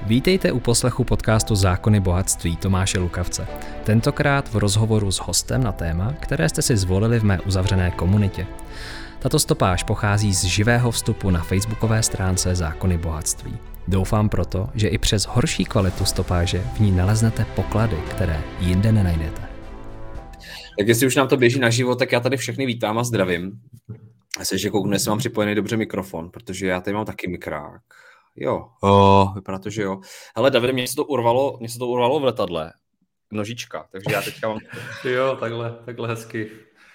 Vítejte u poslechu podcastu Zákony bohatství Tomáše Lukavce. Tentokrát v rozhovoru s hostem na téma, které jste si zvolili v mé uzavřené komunitě. Tato stopáž pochází z živého vstupu na facebookové stránce Zákony bohatství. Doufám proto, že i přes horší kvalitu stopáže v ní naleznete poklady, které jinde nenajdete. Tak jestli už nám to běží naživo, tak já tady všechny vítám a zdravím. Myslím, že kouknu, jestli mám připojený dobře mikrofon, protože já tady mám taky mikrák. Jo, vypadá to, že jo. Hele, Davide, mě se to urvalo v letadle. Nožička, takže já teďka mám... Jo, takhle hezky.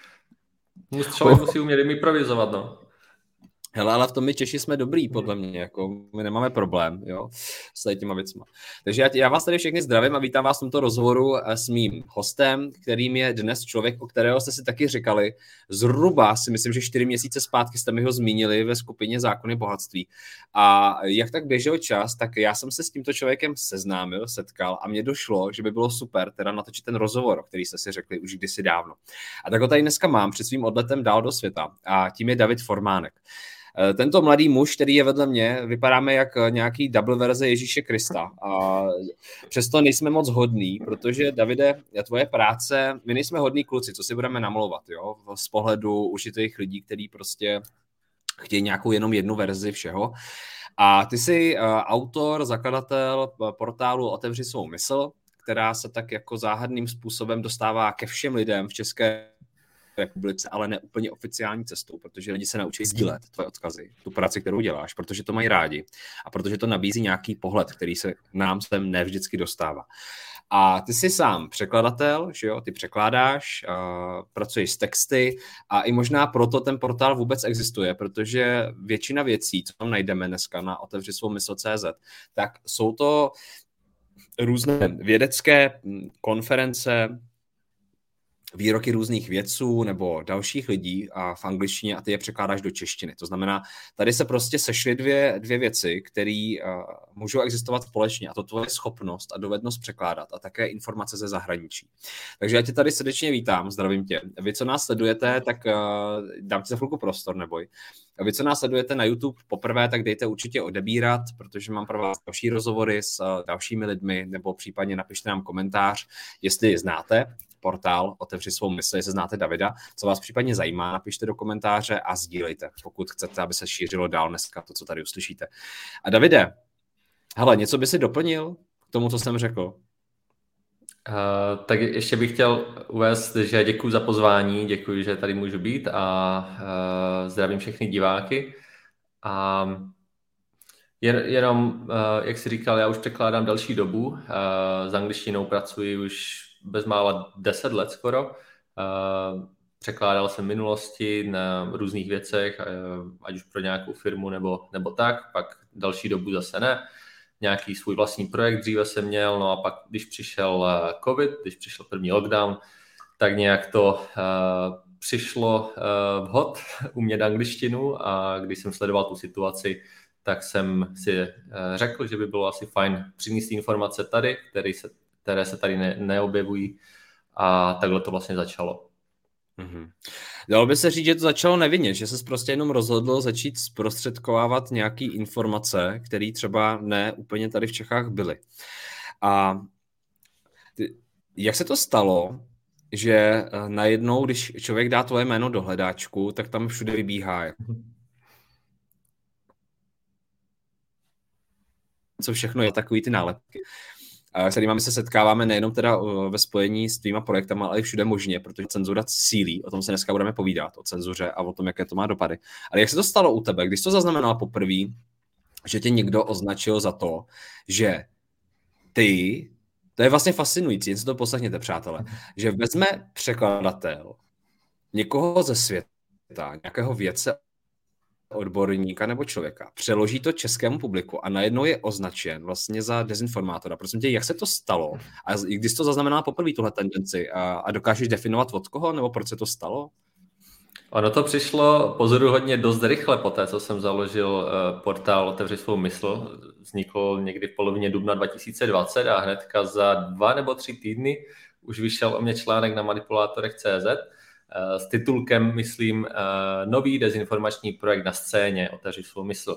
Člověk musí umět improvizovat, no. Hele, ale v tom my Češi jsme dobrý, podle mě, jako my nemáme problém, jo, s tady těma věcma. Takže já vás tady všechny zdravím a vítám vás v tomto rozhovoru s mým hostem, kterým je dnes člověk, o kterého jste si taky říkali, zhruba si myslím, že 4 měsíce zpátky jste mi ho zmínili ve skupině Zákony bohatství. A jak tak běžel čas, tak já jsem se s tímto člověkem setkal a mně došlo, že by bylo super teda natočit ten rozhovor, který jste si řekli už kdysi dávno. A tak ho tady dneska mám před svým odletem dál do světa a tím je David Formánek. Tento mladý muž, který je vedle mě, vypadáme jak nějaký double verze Ježíše Krista. A přesto nejsme moc hodní, protože, Davide, tvoje práce, my nejsme hodní kluci, co si budeme namlouvat, jo? Z pohledu užitých lidí, kteří prostě chtějí nějakou jenom jednu verzi všeho. A ty jsi autor, zakladatel portálu Otevři svou mysl, která se tak jako záhadným způsobem dostává ke všem lidem v České republice, ale ne úplně oficiální cestou, protože lidi se naučí sdílet tvoje odkazy, tu práci, kterou děláš, protože to mají rádi a protože to nabízí nějaký pohled, který se nám sem nevždycky dostává. A ty jsi sám překladatel, že jo, ty překládáš, pracuješ s texty a i možná proto ten portál vůbec existuje, protože většina věcí, co tam najdeme dneska na Otevři svou mysl.cz, tak jsou to různé vědecké konference, výroky různých vědců nebo dalších lidí a v angličtině a ty je překládáš do češtiny. To znamená, tady se prostě sešly dvě věci, které můžou existovat společně a to tvoje schopnost a dovednost překládat a také informace ze zahraničí. Takže já tě tady srdečně vítám, zdravím tě. Vy, co nás sledujete, tak dám ti za chvilku prostor, neboj. A vy, co nás sledujete na YouTube poprvé, tak dejte určitě odebírat, protože mám pro vás další rozhovory s dalšími lidmi, nebo případně napište nám komentář, jestli znáte portál Otevři svou mysl, jestli znáte Davida, co vás případně zajímá, napište do komentáře a sdílejte, pokud chcete, aby se šířilo dál dneska to, co tady uslyšíte. A Davide, hele, něco by si doplnil k tomu, co jsem řekl? Tak ještě bych chtěl uvést, že děkuji za pozvání, děkuji, že tady můžu být a zdravím všechny diváky. A jenom, jak jsi říkal, já už překládám další dobu, s angličtinou pracuji už bezmála 10 let skoro. Překládal jsem v minulosti na různých věcech, ať už pro nějakou firmu nebo tak, pak další dobu zase ne. Nějaký svůj vlastní projekt dříve jsem měl, no a pak, když přišel covid, když přišel první lockdown, tak nějak to přišlo vhod umět angličtinu a když jsem sledoval tu situaci, tak jsem si řekl, že by bylo asi fajn přinést informace tady, které se tady neobjevují a takhle to vlastně začalo. Mm-hmm. Dalo by se říct, že to začalo nevinně, že ses prostě jenom rozhodl začít zprostředkovávat nějaký informace, které třeba ne úplně tady v Čechách byly. A jak se to stalo, že najednou, když člověk dá tvoje jméno do hledáčku, tak tam všude vybíhá? Co všechno je takový ty nálepky, s kterými se setkáváme nejenom teda ve spojení s tvýma projektama, ale i všude možně, protože cenzura sílí, o tom se dneska budeme povídat, o cenzuře a o tom, jaké to má dopady. Ale jak se to stalo u tebe, když jsi to zaznamenal poprvé, že tě někdo označil za to, že ty, to je vlastně fascinující, jen si to poslechněte, přátelé, že vezme překladatel někoho ze světa, nějakého vědce, odborníka nebo člověka, přeloží to českému publiku a najednou je označen vlastně za dezinformátora. Prosím tě, jak se to stalo? A když jsi to zaznamenala poprvé tuhle tendenci a dokážeš definovat od koho nebo proč se to stalo? Ono to přišlo pozoruhodně dost rychle po té, co jsem založil portál Otevři svou mysl. Vznikl někdy v polovině dubna 2020 a hnedka za 2 nebo 3 týdny už vyšel o mě článek na manipulátorech.cz s titulkem, myslím, nový dezinformační projekt na scéně Otevři svou mysl.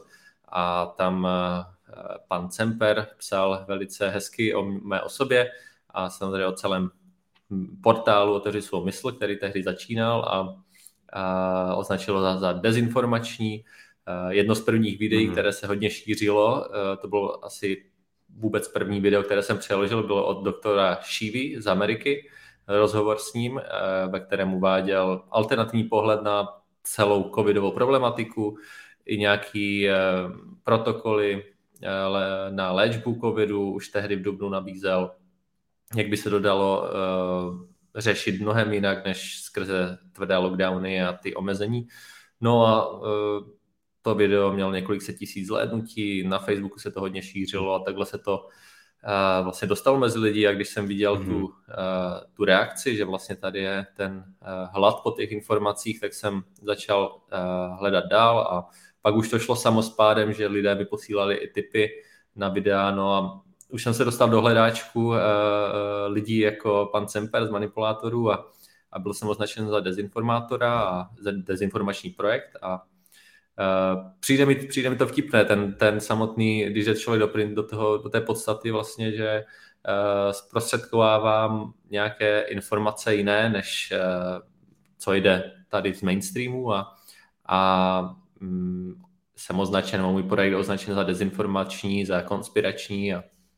a tam pan Cemper psal velice hezky o mé osobě a samozřejmě o celém portálu Otevři svou mysl, který tehdy začínal a označilo za dezinformační. Jedno z prvních videí, které se hodně šířilo, to bylo asi vůbec první video, které jsem přeložil, bylo od doktora Shivy z Ameriky, rozhovor s ním, ve kterém uváděl alternativní pohled na celou covidovou problematiku i nějaký protokoly na léčbu covidu, už tehdy v dubnu nabízel, jak by se dodalo řešit mnohem jinak, než skrze tvrdé lockdowny a ty omezení. No a to video mělo několik set tisíc zhlédnutí, na Facebooku se to hodně šířilo a takhle se to vlastně dostalo mezi lidi a když jsem viděl tu reakci, že vlastně tady je ten hlad po těch informacích, tak jsem začal hledat dál a pak už to šlo samospádem, že lidé mi posílali i tipy na videa, no a už jsem se dostal do hledáčku lidí jako pan Cemper z Manipulátorů a byl jsem označen za dezinformátora a za dezinformační projekt a přijde mi to vtipné, ten samotný, když je člověk do té podstaty vlastně, že zprostředkovávám nějaké informace jiné, než co jde tady z mainstreamu a jsem označen, můj projekt označen za dezinformační, za konspirační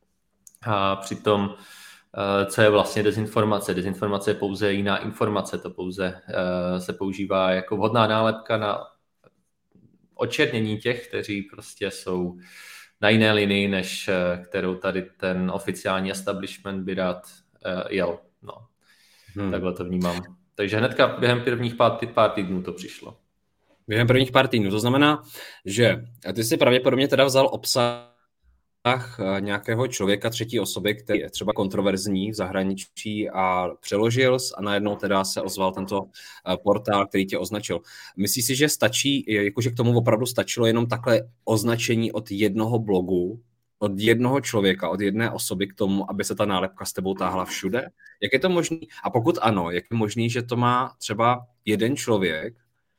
a přitom co je vlastně dezinformace? Dezinformace je pouze jiná informace, to pouze se používá jako vhodná nálepka na očernění těch, kteří prostě jsou na jiné linii, než kterou tady ten oficiální establishment by rád jel. No. Takhle to vnímám. Takže hnedka během prvních pár týdnů to přišlo. Během prvních pár týdnů. To znamená, že ty jsi pravděpodobně teda vzal obsah nějakého člověka, třetí osoby, který je třeba kontroverzní v zahraničí a přeložil a najednou teda se ozval tento portál, který tě označil. Myslíš si, že stačí, jakože k tomu opravdu stačilo jenom takhle označení od jednoho blogu, od jednoho člověka, od jedné osoby k tomu, aby se ta nálepka s tebou táhla všude? Jak je to možné? A pokud ano, jak je možné, že to má třeba jeden člověk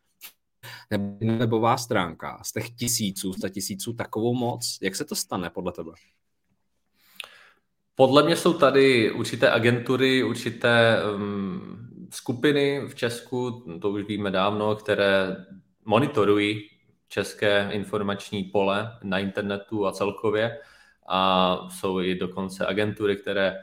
nebo webová stránka z těch tisíců takovou moc? Jak se to stane podle tebe? Podle mě jsou tady určité agentury, určité skupiny v Česku, to už víme dávno, které monitorují české informační pole na internetu a celkově. A jsou i dokonce agentury, které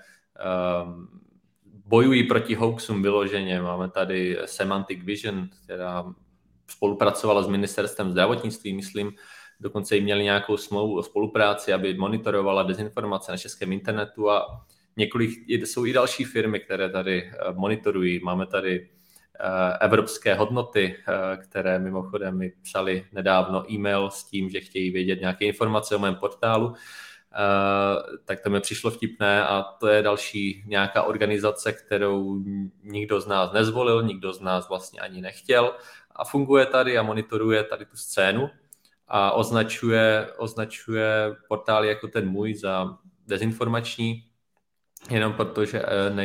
bojují proti hoaxům vyloženě. Máme tady Semantic Vision, která spolupracovala s ministerstvem zdravotnictví, myslím, dokonce jim měli nějakou smlouvu o spolupráci, aby monitorovala dezinformace na českém internetu a jsou i další firmy, které tady monitorují. Máme tady evropské hodnoty, které mimochodem mi psali nedávno e-mail s tím, že chtějí vědět nějaké informace o mém portálu, tak to mi přišlo vtipné a to je další nějaká organizace, kterou nikdo z nás nezvolil, nikdo z nás vlastně ani nechtěl a funguje tady a monitoruje tady tu scénu a označuje portály jako ten můj za dezinformační, jenom protože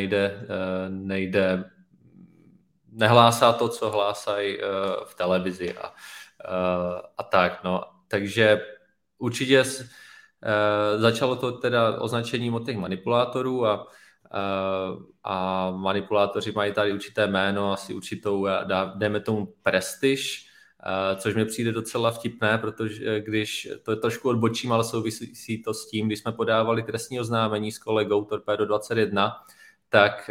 nehlásá to, co hlásají v televizi a tak. No. Takže určitě začalo to teda označením od těch manipulátorů a manipulátoři mají tady určité jméno, asi určitou, dejme tomu prestiž, což mi přijde docela vtipné, protože když to trošku odbočím, ale souvisí to s tím, když jsme podávali trestní oznámení s kolegou Torpedo 21, tak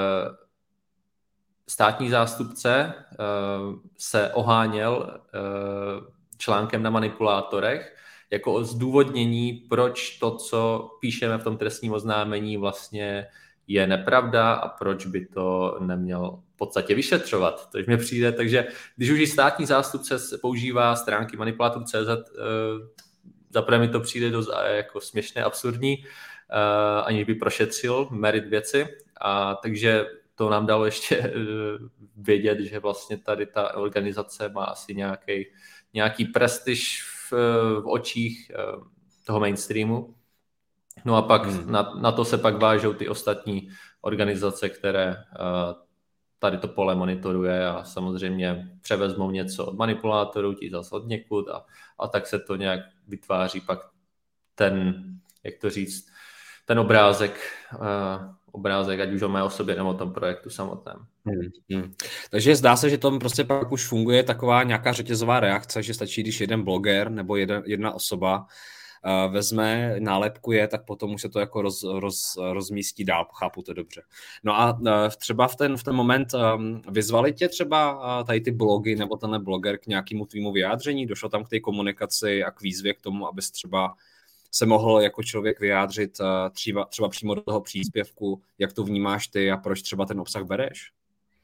státní zástupce se oháněl článkem na manipulátorech jako zdůvodnění, proč to, co píšeme v tom trestním oznámení, vlastně je nepravda a proč by to neměl v podstatě vyšetřovat. To mi přijde, takže když už i státní zástupce používá stránky manipulátor.cz, zaprvé mi to přijde dost jako směšné, absurdní, aniž by prošetřil merit věci, a takže to nám dalo ještě vědět, že vlastně tady ta organizace má asi nějaký prestiž v očích toho mainstreamu. No a pak na to se pak vážou ty ostatní organizace, které tady to pole monitoruje a samozřejmě převezmou něco od manipulátorů, ti zase od někud a tak se to nějak vytváří pak ten, jak to říct, ten obrázek, ať už o mé osobě nebo o tom projektu samotném. Takže zdá se, že tom prostě pak už funguje taková nějaká řetězová reakce, že stačí, když jeden bloger nebo jedna osoba vezme, nálepkuje, tak potom už se to jako rozmístí dál, chápu to dobře. No a třeba v ten moment vyzvali tě třeba tady ty blogy nebo tenhle bloger k nějakému tvýmu vyjádření? Došlo tam k té komunikaci a k výzvě k tomu, abys třeba se mohl jako člověk vyjádřit třeba přímo do toho příspěvku, jak to vnímáš ty a proč třeba ten obsah bereš?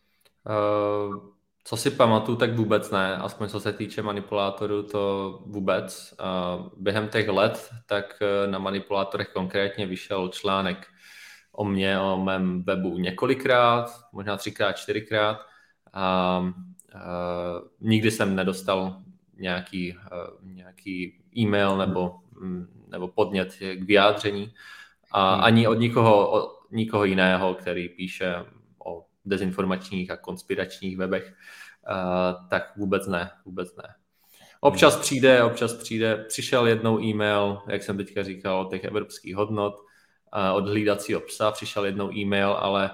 Co si pamatuju, tak vůbec ne, aspoň co se týče manipulátorů, to vůbec. Během těch let tak na manipulátorech konkrétně vyšel článek o mně, o mém webu několikrát, možná 3x, 4x a nikdy jsem nedostal nějaký e-mail nebo podnět k vyjádření a ani od nikoho jiného, který píše o dezinformačních a konspiračních webech, tak vůbec ne. Občas přijde, přišel jednou e-mail, jak jsem teďka říkal, od těch evropských hodnot, od hlídacího psa přišel jednou e-mail, ale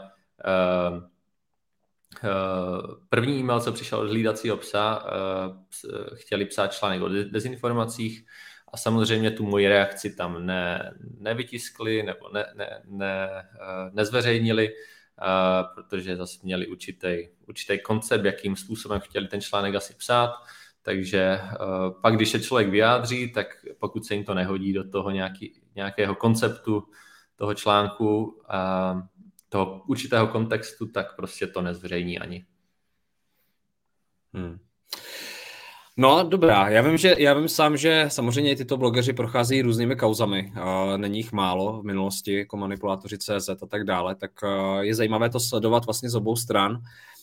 první e-mail, co přišel od hlídacího psa, chtěli psát článek o dezinformacích a samozřejmě tu moji reakci tam nevytiskli nebo nezveřejnili, protože zase měli určitý koncept, jakým způsobem chtěli ten článek asi psát, takže pak, když se člověk vyjádří, tak pokud se jim to nehodí do toho nějakého konceptu toho článku, toho určitého kontextu, tak prostě to nezveřejní ani. No, dobrá. Já vím sám, že samozřejmě tyto blogeři procházejí různými kauzami. Není jich málo v minulosti, jako manipulátoři CZ a tak dále, tak je zajímavé to sledovat vlastně z obou stran.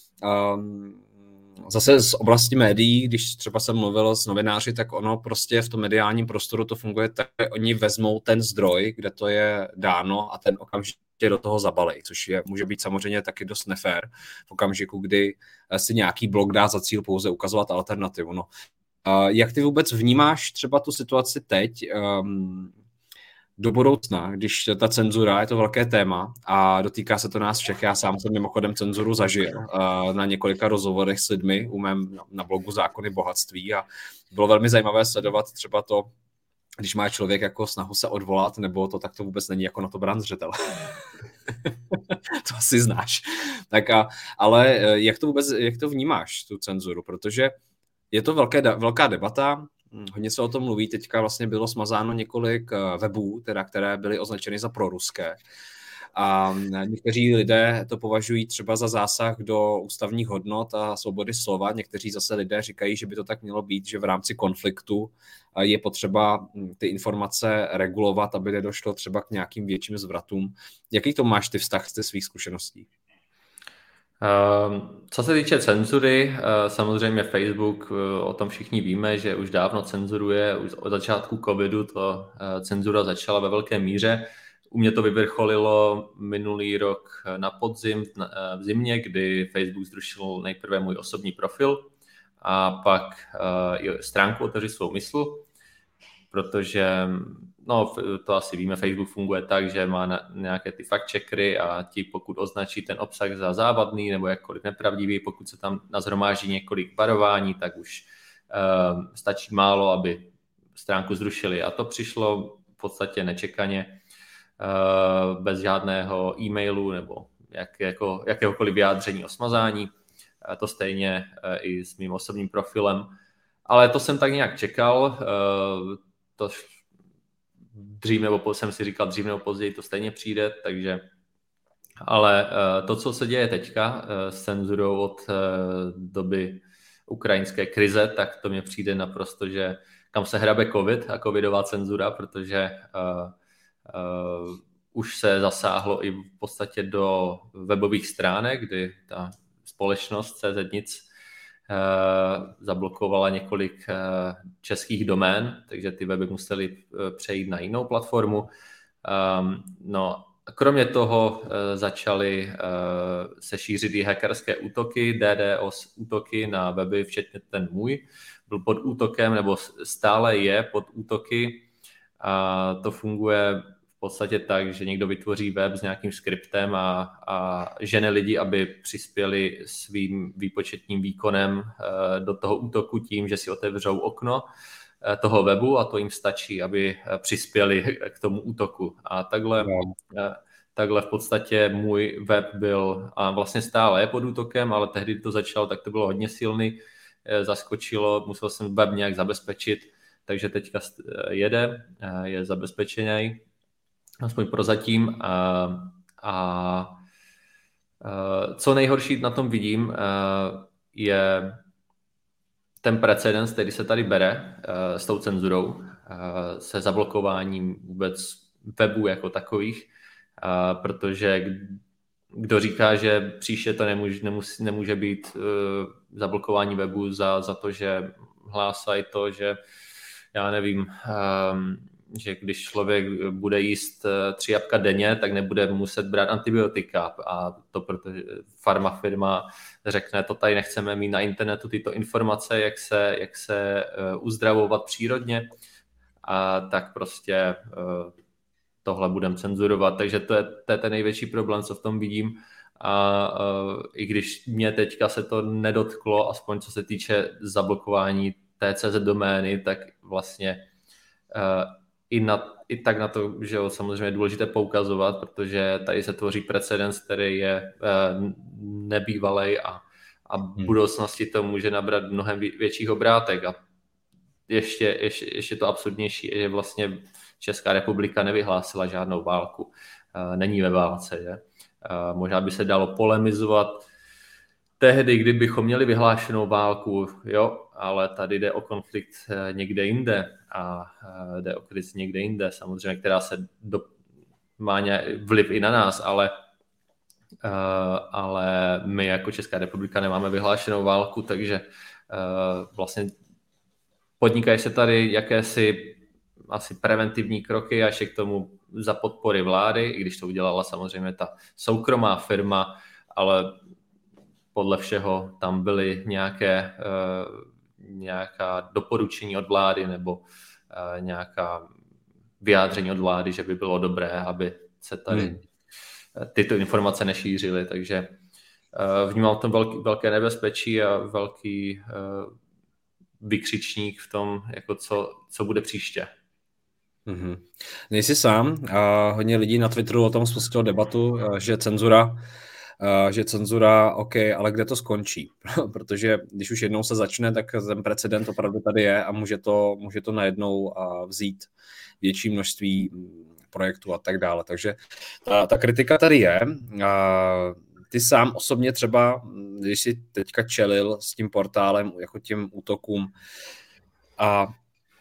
Zase z oblasti médií, když třeba jsem mluvil s novináři, tak ono prostě v tom mediálním prostoru to funguje tak, že oni vezmou ten zdroj, kde to je dáno a ten okamžitě do toho zabalej, což může být samozřejmě taky dost nefér v okamžiku, kdy si nějaký blog dá za cíl pouze ukazovat alternativu. No. Jak ty vůbec vnímáš třeba tu situaci teď do budoucna, když ta cenzura je to velké téma a dotýká se to nás všech. Já sám jsem mimochodem cenzuru zažil na několika rozhovorech s lidmi na blogu Zákony bohatství a bylo velmi zajímavé sledovat třeba to, když má člověk jako snahu se odvolat, nebo to tak to vůbec není jako na to brát zřetel. To asi znáš. Ale jak to vnímáš, tu cenzuru? Protože je to velká debata, hodně se o tom mluví, teďka vlastně bylo smazáno několik webů, které byly označeny za proruské. A někteří lidé to považují třeba za zásah do ústavních hodnot a svobody slova. Někteří zase lidé říkají, že by to tak mělo být, že v rámci konfliktu je potřeba ty informace regulovat, aby nedošlo třeba k nějakým větším zvratům. Jaký to máš ty vztah z svých zkušeností? Co se týče cenzury, samozřejmě Facebook, o tom všichni víme, že už dávno cenzuruje, už od začátku covidu to cenzura začala ve velké míře. U mě to vyvrcholilo minulý rok na podzim, v zimě, kdy Facebook zrušil nejprve můj osobní profil a pak stránku Otevři svou mysl, protože to asi víme, Facebook funguje tak, že má nějaké ty fact-checkery a ti pokud označí ten obsah za závadný nebo jakkoliv nepravdivý, pokud se tam nazhromáždí několik varování, tak už stačí málo, aby stránku zrušili. A to přišlo v podstatě nečekaně, bez žádného e-mailu nebo jakéhokoliv vyjádření o smazání. To stejně i s mým osobním profilem. Ale to jsem tak nějak čekal. To dřív nebo jsem si říkal, dřív nebo později to stejně přijde, takže ale to, co se děje teďka s cenzurou od doby ukrajinské krize, tak to mně přijde naprosto, že kam se hrabe covid a covidová cenzura, protože už se zasáhlo i v podstatě do webových stránek, kdy ta společnost CZ.nic zablokovala několik českých domén, takže ty weby musely přejít na jinou platformu. No kromě toho začaly se šířit i hackerské útoky, DDoS útoky na weby, včetně ten můj. Byl pod útokem, nebo stále je pod útoky. A to funguje v podstatě tak, že někdo vytvoří web s nějakým skriptem a žene lidi, aby přispěli svým výpočetním výkonem do toho útoku tím, že si otevřou okno toho webu a to jim stačí, aby přispěli k tomu útoku. A takhle v podstatě můj web byl a vlastně stále je pod útokem, ale tehdy to začalo, tak to bylo hodně silný, zaskočilo, musel jsem web nějak zabezpečit, takže teďka je zabezpečený, aspoň prozatím. A co nejhorší na tom vidím, je ten precedens, který se tady bere s tou cenzurou, se zablokováním vůbec webů jako takových, protože kdo říká, že příště to nemůže být zablokování webu za to, že hlásají to, že já nevím, že když člověk bude jíst 3 jablka denně, tak nebude muset brát antibiotika a to protože farmafirma řekne, to tady nechceme mít na internetu tyto informace, jak se uzdravovat přírodně, a tak prostě tohle budeme cenzurovat. Takže to je ten největší problém, co v tom vidím. A i když mě teďka se to nedotklo, aspoň co se týče zablokování té CZ domény, tak vlastně i tak na to, že samozřejmě je důležité poukazovat, protože tady se tvoří precedens, který je nebývalej a v budoucnosti to může nabrat mnohem větších obrátek. A ještě to absurdnější je, že vlastně Česká republika nevyhlásila žádnou válku. Není ve válce. Je? Možná by se dalo polemizovat tehdy, kdybychom měli vyhlášenou válku, jo, ale tady jde o konflikt někde jinde a jde o krizi někde jinde, samozřejmě, která má vliv i na nás, ale my jako Česká republika nemáme vyhlášenou válku, takže vlastně podnikají se tady jakési asi preventivní kroky a ještě k tomu za podpory vlády, i když to udělala samozřejmě ta soukromá firma, ale podle všeho tam byly nějaká doporučení od vlády nebo nějaká vyjádření od vlády, že by bylo dobré, aby se tady tyto informace nešířily. Takže vnímám tam velké nebezpečí a velký vykřičník v tom, jako co bude příště. Mm-hmm. Nejsi sám. Hodně lidí na Twitteru o tom spustilo debatu, že cenzura, OK, ale kde to skončí? Protože když už jednou se začne, tak ten precedent opravdu tady je a může to najednou vzít větší množství projektů a tak dále. Takže ta kritika tady je. Ty sám osobně třeba, když jsi teďka čelil s tím portálem, jako těm útokům, a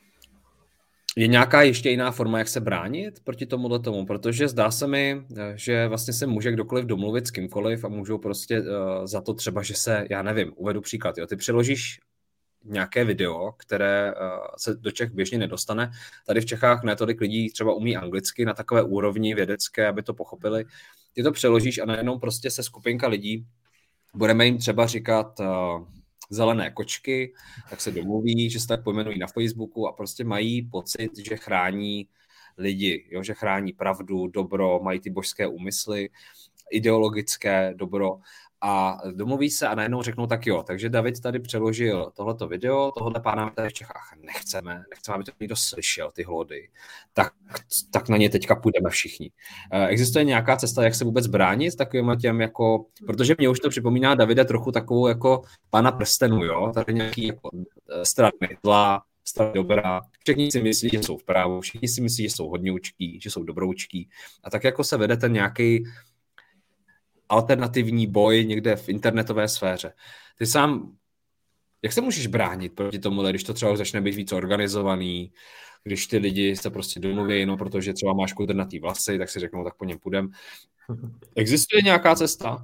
je nějaká ještě jiná forma, jak se bránit proti tomu? Protože zdá se mi, že vlastně se může kdokoliv domluvit s kýmkoliv a můžou prostě za to třeba, že se, já nevím, uvedu příklad, jo, ty přeložíš nějaké video, které se do Čech běžně nedostane. Tady v Čechách ne tolik lidí třeba umí anglicky na takové úrovni vědecké, aby to pochopili. Ty to přeložíš a najednou prostě se skupinka lidí, budeme jim třeba říkat zelené kočky, tak se domluví, že se tak pojmenují na Facebooku a prostě mají pocit, že chrání lidi, jo, že chrání pravdu, dobro, mají ty božské úmysly, ideologické dobro a domluví se a najednou řeknou tak jo, takže David tady přeložil tohleto video, tohle pána tady v Čechách nechceme, aby to někdo slyšel, ty hlody, tak na ně teďka půjdeme všichni. Existuje nějaká cesta, jak se vůbec bránit takovým těm jako, protože mě už to připomíná Davide trochu takovou jako Pána prstenů, jo, tady nějaký jako strany zla, strany dobrá, všichni si myslí, že jsou v právu, všichni si myslí, že jsou hodňoučký, že jsou dobroučký a tak jako se vede ten nějaký alternativní boj někde v internetové sféře. Ty sám, jak se můžeš bránit proti tomu, když to třeba začne být víc organizovaný, když ty lidi se prostě domluví jenom protože třeba máš kudrnatý vlasy, tak si řeknou, tak po něm půjdem. Existuje nějaká cesta?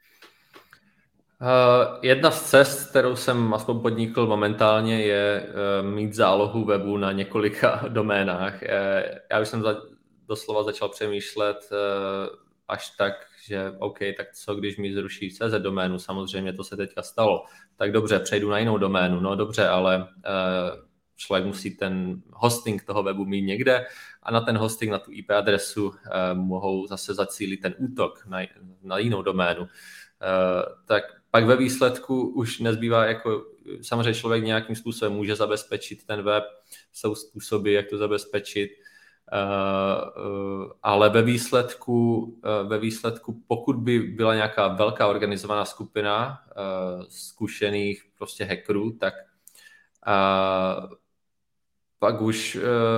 Jedna z cest, kterou jsem aspoň podnikl momentálně, je mít zálohu webu na několika doménách. Já už jsem doslova začal přemýšlet až tak, že OK, tak co když mi zruší CZ doménu, samozřejmě to se teďka stalo, tak dobře, přejdu na jinou doménu, no dobře, ale člověk musí ten hosting toho webu mít někde a na ten hosting, na tu IP adresu mohou zase zacílit ten útok na jinou doménu. Tak pak ve výsledku už nezbývá, jako samozřejmě člověk nějakým způsobem může zabezpečit ten web, jsou způsoby, jak to zabezpečit, ale ve výsledku, pokud by byla nějaká velká organizovaná skupina zkušených prostě hackerů, tak pak už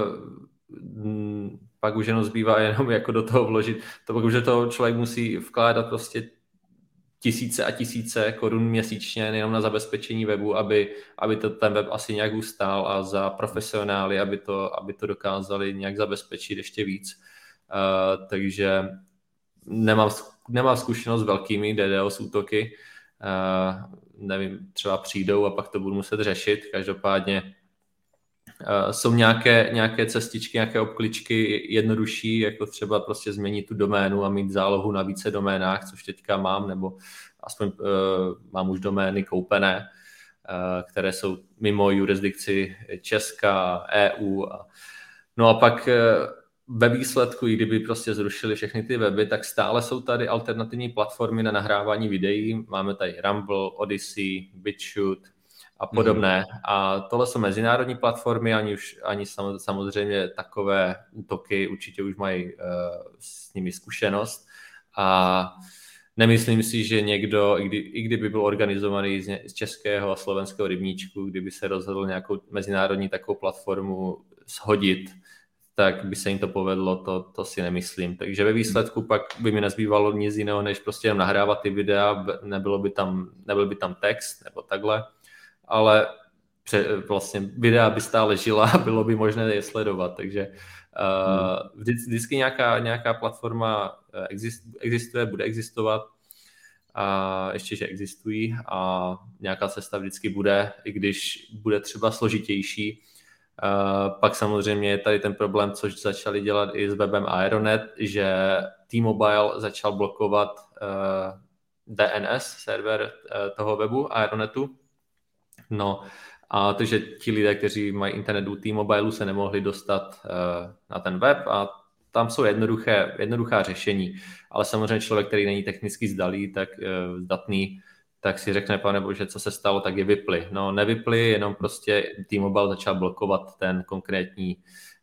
jenom zbývá jenom jako do toho vložit, to pak už toho člověk musí vkládat prostě tisíce a tisíce korun měsíčně jenom na zabezpečení webu, aby ten web asi nějak ustál a za profesionály, aby to dokázali nějak zabezpečit ještě víc. Takže nemám zkušenost s velkými DDoS útoky. Nevím, třeba přijdou a pak to budu muset řešit. Každopádně jsou nějaké cestičky, nějaké obkličky jednodušší, jako třeba prostě změnit tu doménu a mít zálohu na více doménách, což teďka mám, nebo aspoň mám už domény koupené, které jsou mimo jurisdikci Česka, EU. No a pak ve výsledku, i kdyby prostě zrušili všechny ty weby, tak stále jsou tady alternativní platformy na nahrávání videí. Máme tady Rumble, Odyssey, BitChute a podobné. A tohle jsou mezinárodní platformy, ani samozřejmě takové útoky určitě už mají s nimi zkušenost. A nemyslím si, že někdo, i kdyby byl organizovaný z českého a slovenského rybníčku, kdyby se rozhodl nějakou mezinárodní takovou platformu shodit, tak by se jim to povedlo, to si nemyslím. Takže ve výsledku pak by mi nezbývalo nic jiného, než prostě jen nahrávat ty videa, nebyl by tam text nebo takhle, ale vlastně videa by stále žila a bylo by možné je sledovat, takže vždycky nějaká platforma existuje, bude existovat, a ještě, že existují a nějaká cesta vždycky bude, i když bude třeba složitější. Pak samozřejmě je tady ten problém, což začali dělat i s webem Aeronet, že T-Mobile začal blokovat DNS server toho webu Aeronetu. No, a takže ti lidé, kteří mají internet u T-Mobileu, se nemohli dostat na ten web a tam jsou jednoduchá řešení, ale samozřejmě člověk, který není technicky zdatný, tak si řekne, pane bože, co se stalo, tak je vypli. No, nevypli, jenom prostě T-Mobile začal blokovat ten konkrétní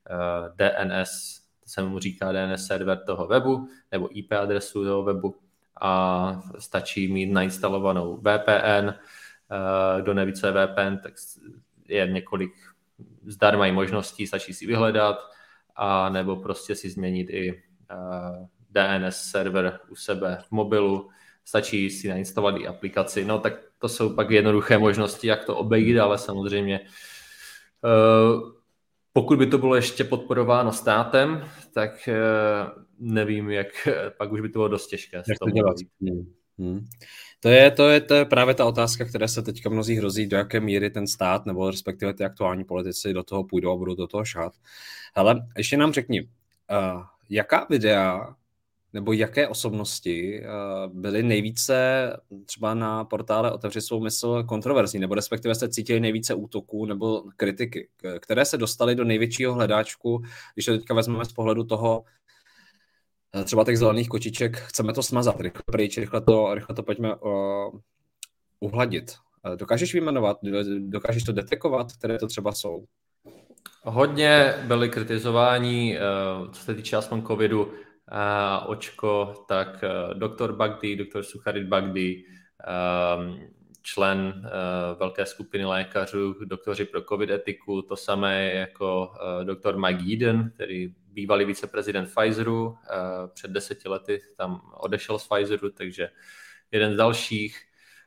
DNS, to se mu říká DNS server toho webu, nebo IP adresu toho webu a stačí mít nainstalovanou VPN. Kdo neví, co je VPN, tak je několik zdarma i možností, stačí si vyhledat, a nebo prostě si změnit i DNS server u sebe v mobilu, stačí si nainstalovat i aplikaci. No tak to jsou pak jednoduché možnosti, jak to obejít, ale samozřejmě pokud by to bylo ještě podporováno státem, tak nevím, jak pak už by to bylo dost těžké. Jak to dělat? To je právě ta otázka, která se teďka mnozí hrozí, do jaké míry ten stát nebo respektive ty aktuální politici do toho půjdou a budou do toho šát. Hele, ještě nám řekni, jaká videa nebo jaké osobnosti byly nejvíce třeba na portále Otevři svou mysl kontroverzní, nebo respektive se cítili nejvíce útoků nebo kritiky, které se dostaly do největšího hledáčku, když to teďka vezmeme z pohledu toho, třeba těch zelených kočiček, chceme to smazat, rychle pryč, rychle to pojďme uhladit. Dokážeš vyjmenovat, dokážeš to detekovat, které to třeba jsou? Hodně byli kritizováni, co se týče aspoň covidu, očko, tak doktor Bagdi, doktor Sucharit Bagdi, člen velké skupiny lékařů, doktoři pro covid etiku, to samé jako doktor Mike Yeadon, který bývalý viceprezident Pfizeru, před 10 lety tam odešel z Pfizeru, takže jeden z dalších.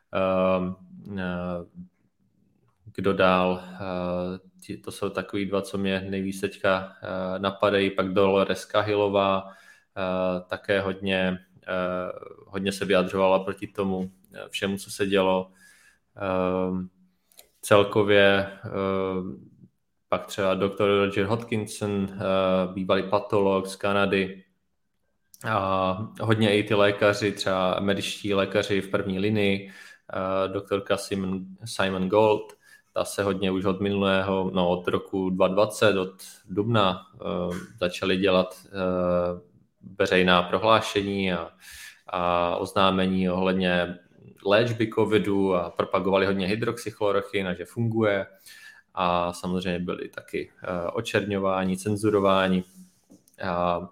Kdo dál? To jsou takový dva, co mě nejvíc teďka napadají. Pak Dolores Cahilová, také hodně se vyjadřovala proti tomu všemu, co se dělo. Celkově pak třeba doktor Roger Hodkinson, bývalý patolog z Kanady, a hodně i ty lékaři, třeba američtí lékaři v první linii, doktorka Simon Gold, ta se hodně už od minulého, od roku 2020, od dubna začali dělat veřejná prohlášení a oznámení ohledně léčby covidu a propagovali hodně hydroxychlorochyn a že funguje. A samozřejmě byli taky očerňování, cenzurování. A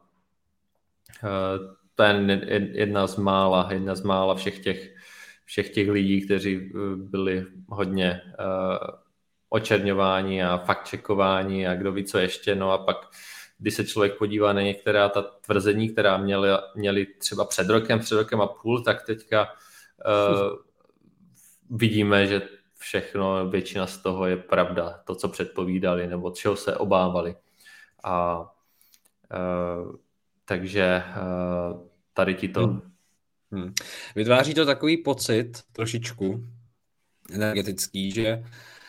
to je jedna z mála všech těch lidí, kteří byli hodně očerňováni a fact-checkováni a kdo ví co ještě. No a pak, když se člověk podívá na některá ta tvrzení, která měli třeba před rokem a půl, tak teďka vidíme, že všechno, většina z toho je pravda, to, co předpovídali, nebo čeho se obávali. Takže tady ti to... Vytváří to takový pocit, trošičku energetický, že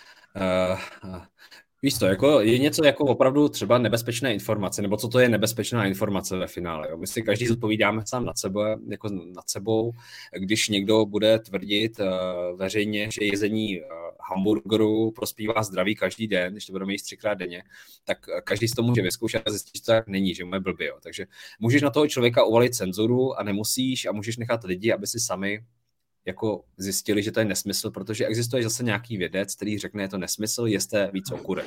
víš to, jako je něco jako opravdu třeba nebezpečné informace, nebo co to je nebezpečná informace ve finále. Jo? My si každý zodpovídáme sám nad sebou, když někdo bude tvrdit veřejně, že jezení hamburgeru prospívá zdraví každý den, když to budeme jíst 3krát denně, tak každý si to může vyzkoušet a zjistit, že to tak není, že mu je blbě. Jo? Takže můžeš na toho člověka uvalit cenzuru a nemusíš a můžeš nechat lidi, aby si sami jako zjistili, že to je nesmysl, protože existuje zase nějaký vědec, který řekne, je to nesmysl, jeste víc okurek.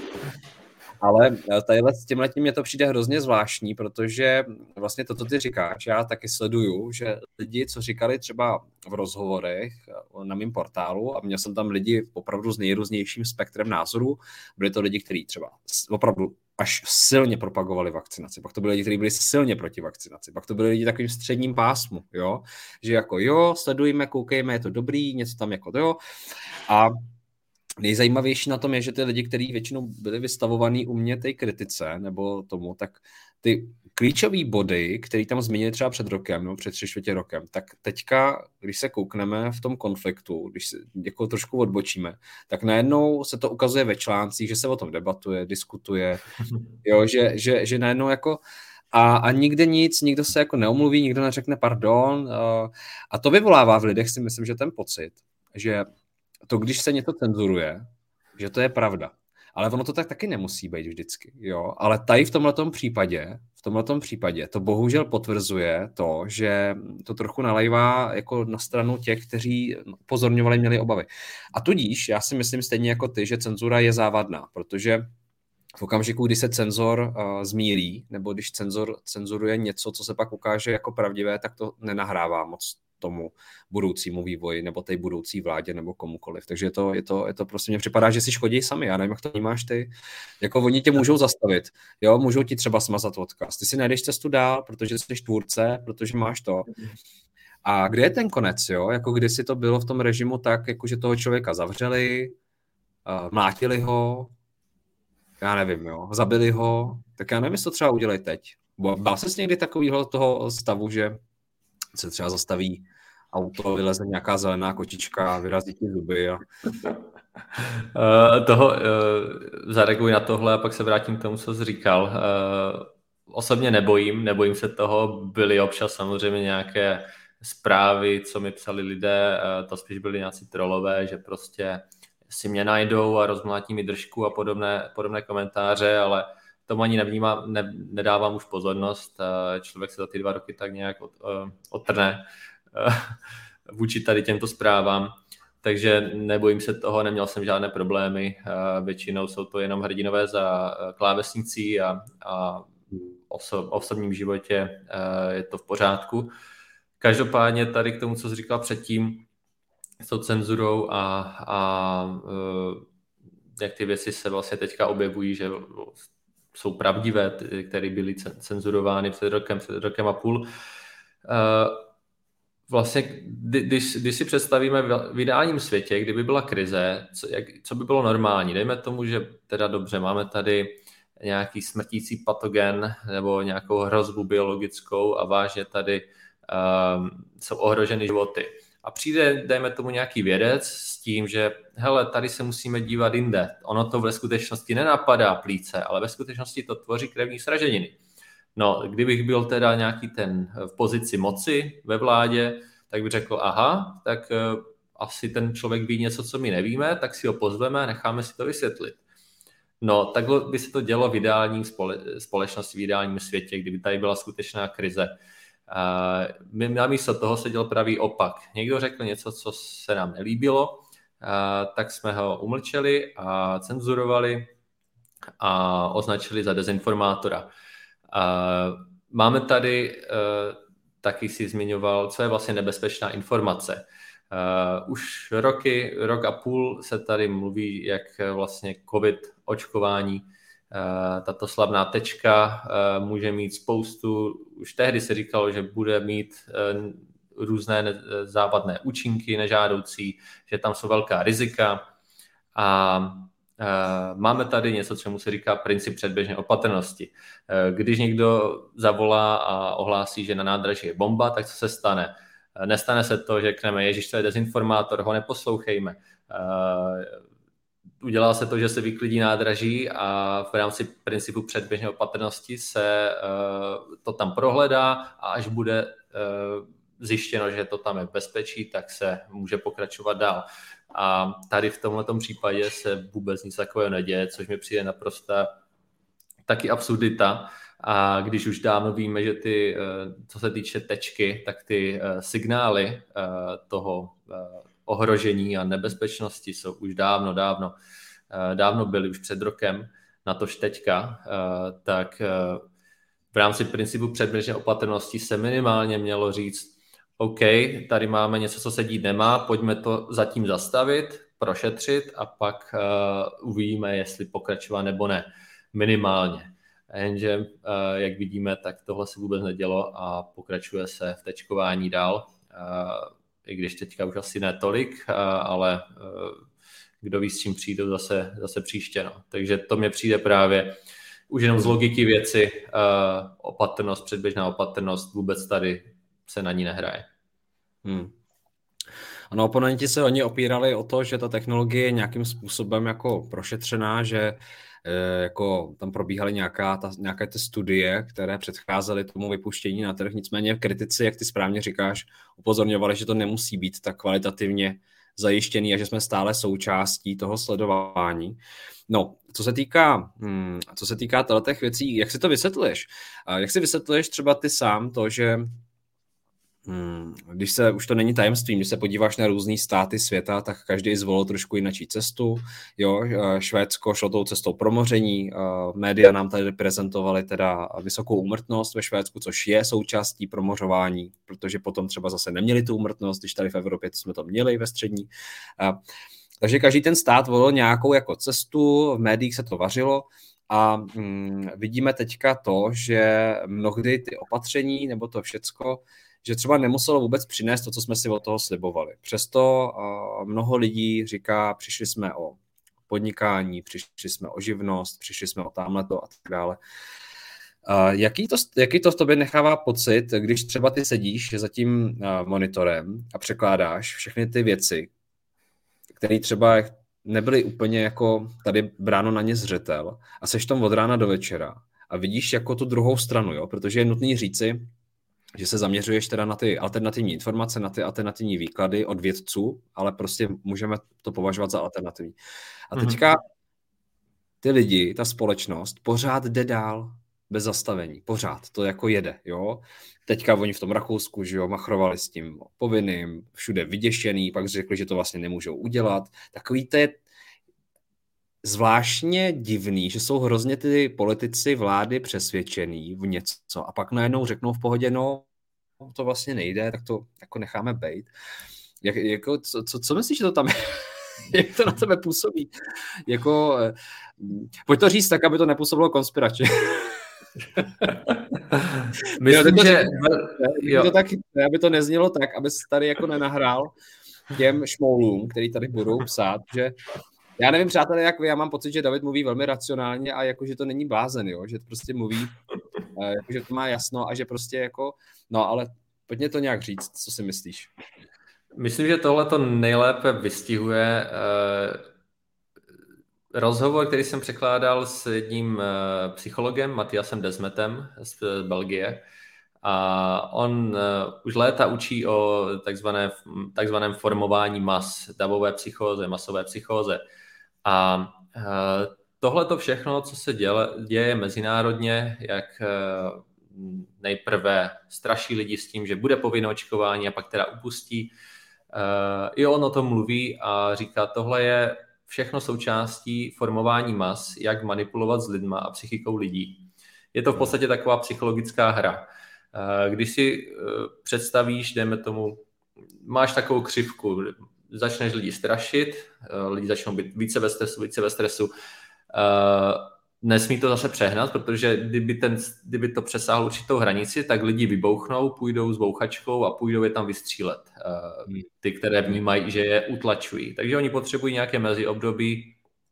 Ale s tímhletím mě to přijde hrozně zvláštní, protože vlastně to, co ty říkáš, já taky sleduju, že lidi, co říkali třeba v rozhovorech na mém portálu, a měl jsem tam lidi opravdu s nejrůznějším spektrem názorů, byli to lidi, kteří třeba opravdu až silně propagovali vakcinaci, pak to byli lidi, kteří byli silně proti vakcinaci, pak to byli lidi takovým středním pásmu, jo, že jako jo, sledujeme, koukejme, je to dobrý, něco tam jako to jo, a nejzajímavější na tom je, že ty lidi, kteří většinou byli vystavovaní u mě té kritice nebo tomu, tak ty klíčové body, které tam zmínili třeba před rokem nebo před 3/4 rokem, tak teďka, když se koukneme v tom konfliktu, když se jako trošku odbočíme, tak najednou se to ukazuje ve článcích, že se o tom debatuje, diskutuje, jo, že najednou jako a nikde nic, nikdo se jako neomluví, nikdo neřekne pardon a to vyvolává v lidech, si myslím, že ten pocit, že to, když se něco cenzuruje, že to je pravda. Ale ono to tak taky nemusí být vždycky. Jo? Ale tady v tomhletom případě to bohužel potvrzuje to, že to trochu nalejvá jako na stranu těch, kteří pozorňovali, měli obavy. A tudíž já si myslím stejně jako ty, že cenzura je závadná, protože v okamžiku, kdy se cenzor zmílí, nebo když cenzor cenzuruje něco, co se pak ukáže jako pravdivé, tak to nenahrává moc tomu budoucímu vývoji nebo té budoucí vládě nebo komukoliv. Takže je to prostě mně připadá, že si škodí sami. Já nevím, jak to vnímáš ty. Jako oni tě můžou zastavit. Jo, můžou ti třeba smazat odkaz. Ty si najdeš cestu dál, protože jsi tvůrce, protože máš to. A kde je ten konec, jo? Jako kdysi to bylo v tom režimu tak, jako že toho člověka zavřeli, mlátili ho, já nevím, jo, zabili ho, tak já nevím, jestli to třeba udělají teď. Bál ses někdy takového toho stavu, že se třeba zastaví auto, vyleze nějaká zelená kočička, vyrazí ti zuby a... Zareaguji na tohle a pak se vrátím k tomu, co jsi říkal. Osobně nebojím se toho, byly občas samozřejmě nějaké zprávy, co mi psali lidé, to spíš byly nějací trolové, že prostě si mě najdou a rozmlátí mi držku a podobné komentáře, ale tomu ani nedávám už pozornost. Člověk se za ty 2 roky tak nějak otrne vůči tady těmto zprávám. Takže nebojím se toho, neměl jsem žádné problémy. Většinou jsou to jenom hrdinové za klávesnicí a osobním životě je to v pořádku. Každopádně tady k tomu, co jsi říkal předtím, s tou cenzurou a jak ty věci se vlastně teďka objevují, že jsou pravdivé, které byly cenzurovány před rokem a půl. Vlastně, když si představíme v ideálním světě, kdyby byla krize, co by bylo normální? Dejme tomu, že teda dobře, máme tady nějaký smrtící patogen nebo nějakou hrozbu biologickou a vážně tady jsou ohroženy životy. A přijde, dejme tomu, nějaký vědec s tím, že hele, tady se musíme dívat jinde. Ono to ve skutečnosti nenapadá plíce, ale ve skutečnosti to tvoří krevní sraženiny. No, kdybych byl teda nějaký ten v pozici moci ve vládě, tak bych řekl, aha, tak asi ten člověk ví něco, co my nevíme, tak si ho pozveme a necháme si to vysvětlit. No, takhle by se to dělo v ideální společnosti, v ideálním světě, kdyby tady byla skutečná krize. Namísto toho se děl pravý opak. Někdo řekl něco, co se nám nelíbilo, tak jsme ho umlčeli a cenzurovali a označili za dezinformátora. Máme tady, taky si zmiňoval, co je vlastně nebezpečná informace. Už rok a půl se tady mluví, jak vlastně COVID očkování, tato slavná tečka může mít spoustu, už tehdy se říkalo, že bude mít různé závadné účinky nežádoucí, že tam jsou velká rizika a máme tady něco, čemu se říká princip předběžné opatrnosti. Když někdo zavolá a ohlásí, že na nádraží je bomba, tak co se stane? Nestane se to, že řekneme, ježiš, to je dezinformátor, ho neposlouchejme. Udělá se to, že se vyklidí nádraží a v rámci principu předběžné opatrnosti se to tam prohledá a až bude zjištěno, že to tam je v bezpečí, tak se může pokračovat dál. A tady v tomhletom případě se vůbec nic takového neděje, což mi přijde naprosto taky absurdita. A když už dávno víme, že ty, co se týče tečky, tak ty signály toho ohrožení a nebezpečnosti jsou už dávno byly, už před rokem, natož teďka, tak v rámci principu předběžné opatrnosti se minimálně mělo říct, OK, tady máme něco, co se dít nemá, pojďme to zatím zastavit, prošetřit a pak uvidíme, jestli pokračovat nebo ne. Minimálně. Jenže, jak vidíme, tak tohle se vůbec nedělo a pokračuje se v tečkování dál. I když teďka už asi ne tolik, ale kdo ví, s čím přijdou zase příště. No. Takže to mně přijde právě už jenom z logiky věci, opatrnost, předběžná opatrnost, vůbec tady se na ní nehraje. Ano, oponenti se oni opírali o to, že ta technologie je nějakým způsobem jako prošetřená, že jako tam probíhaly nějaké ty studie, které předcházely tomu vypuštění na trh. Nicméně kritici, jak ty správně říkáš, upozorňovali, že to nemusí být tak kvalitativně zajištěný a že jsme stále součástí toho sledování. No, co se týká těch věcí, jak si to vysvětluješ? Jak si vysvětluješ třeba ty sám to, že už to není tajemstvím, když se podíváš na různý státy světa, tak každý zvolil trošku jinačí cestu. Jo, Švédsko šlo tou cestou promoření, média nám tady prezentovaly teda vysokou úmrtnost ve Švédsku, což je součástí promořování, protože potom třeba zase neměli tu úmrtnost, když tady v Evropě jsme to měli ve střední. Takže každý ten stát volil nějakou jako cestu, v médiích se to vařilo. A vidíme teďka to, že mnohdy ty opatření nebo to všecko, že třeba nemuselo vůbec přinést to, co jsme si od toho slibovali. Přesto mnoho lidí říká, přišli jsme o podnikání, přišli jsme o živnost, přišli jsme o támhleto a tak dále. Jaký to v tobě nechává pocit, když třeba ty sedíš za tím monitorem a překládáš všechny ty věci, které třeba nebyly úplně jako tady bráno na ně zřetel a seš tam od rána do večera a vidíš jako tu druhou stranu, jo? Protože je nutný říci, že se zaměřuješ teda na ty alternativní informace, na ty alternativní výklady od vědců, ale prostě můžeme to považovat za alternativní. A teďka ty lidi, ta společnost pořád jde dál bez zastavení. Pořád to jako jede, jo. Teďka oni v tom Rakousku, že jo, machrovali s tím povinným, všude vyděšený, pak řekli, že to vlastně nemůžou udělat. Takový to je zvláštně divný, že jsou hrozně ty politici vlády přesvědčený v něco a pak najednou řeknou v pohodě, no to vlastně nejde, tak to jako necháme bejt. Co myslíš, že to tam je? Jak to na tebe působí? Jako, pojď to říct tak, aby to nepůsobilo konspiračně. Myslím, že... To tak, aby to neznělo tak, aby se tady jako nenahrál těm šmoulům, který tady budou psát, že já nevím, přátelé, jak vy, já mám pocit, že David mluví velmi racionálně a jako, že to není blázen, jo? Že to prostě mluví, jako, že to má jasno a že prostě jako, no ale pojďme to nějak říct, co si myslíš? Myslím, že tohle to nejlépe vystihuje rozhovor, který jsem překládal s jedním psychologem, Matthiasem Desmetem z Belgie. A on už léta učí o takzvaném formování mas, davové psychóze, masové psychóze. A tohle to všechno, co se děje mezinárodně, jak nejprve straší lidi s tím, že bude povinné očkování a pak teda upustí. I on o tom mluví a říká, tohle je všechno součástí formování mas, jak manipulovat s lidma a psychikou lidí. Je to v podstatě taková psychologická hra. Když si představíš, dejme tomu, máš takovou křivku, začneš lidi strašit, lidi začnou být více ve stresu, nesmí to zase přehnat, protože kdyby to přesáhlo určitou hranici, tak lidi vybouchnou, půjdou s bouchačkou a půjdou je tam vystřílet. Ty, které vnímají, že je utlačují. Takže oni potřebují nějaké meziobdobí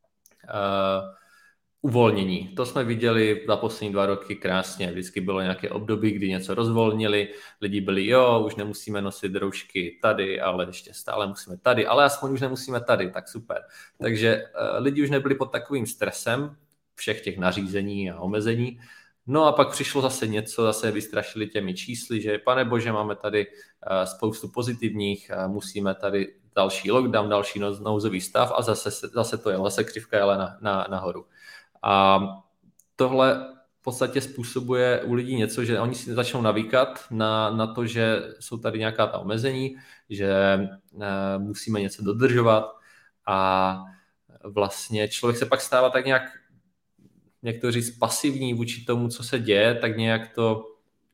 uvolnění. To jsme viděli za poslední 2 roky krásně. Vždycky bylo nějaké období, kdy něco rozvolnili, lidi byli, už nemusíme nosit roušky tady, ale ještě stále musíme tady, ale aspoň už nemusíme tady, tak super. Takže lidi už nebyli pod takovým stresem všech těch nařízení a omezení. No a pak přišlo zase něco, zase vystrašili těmi čísly, že pane bože, máme tady spoustu pozitivních, musíme tady další lockdown, další nouzový stav a zase to je, zase křivka jela nahoru. A tohle v podstatě způsobuje u lidí něco, že oni si začnou navíkat na to, že jsou tady nějaká ta omezení, že musíme něco dodržovat a vlastně člověk se pak stává tak nějak, jak to říct, pasivní vůči tomu, co se děje, tak nějak to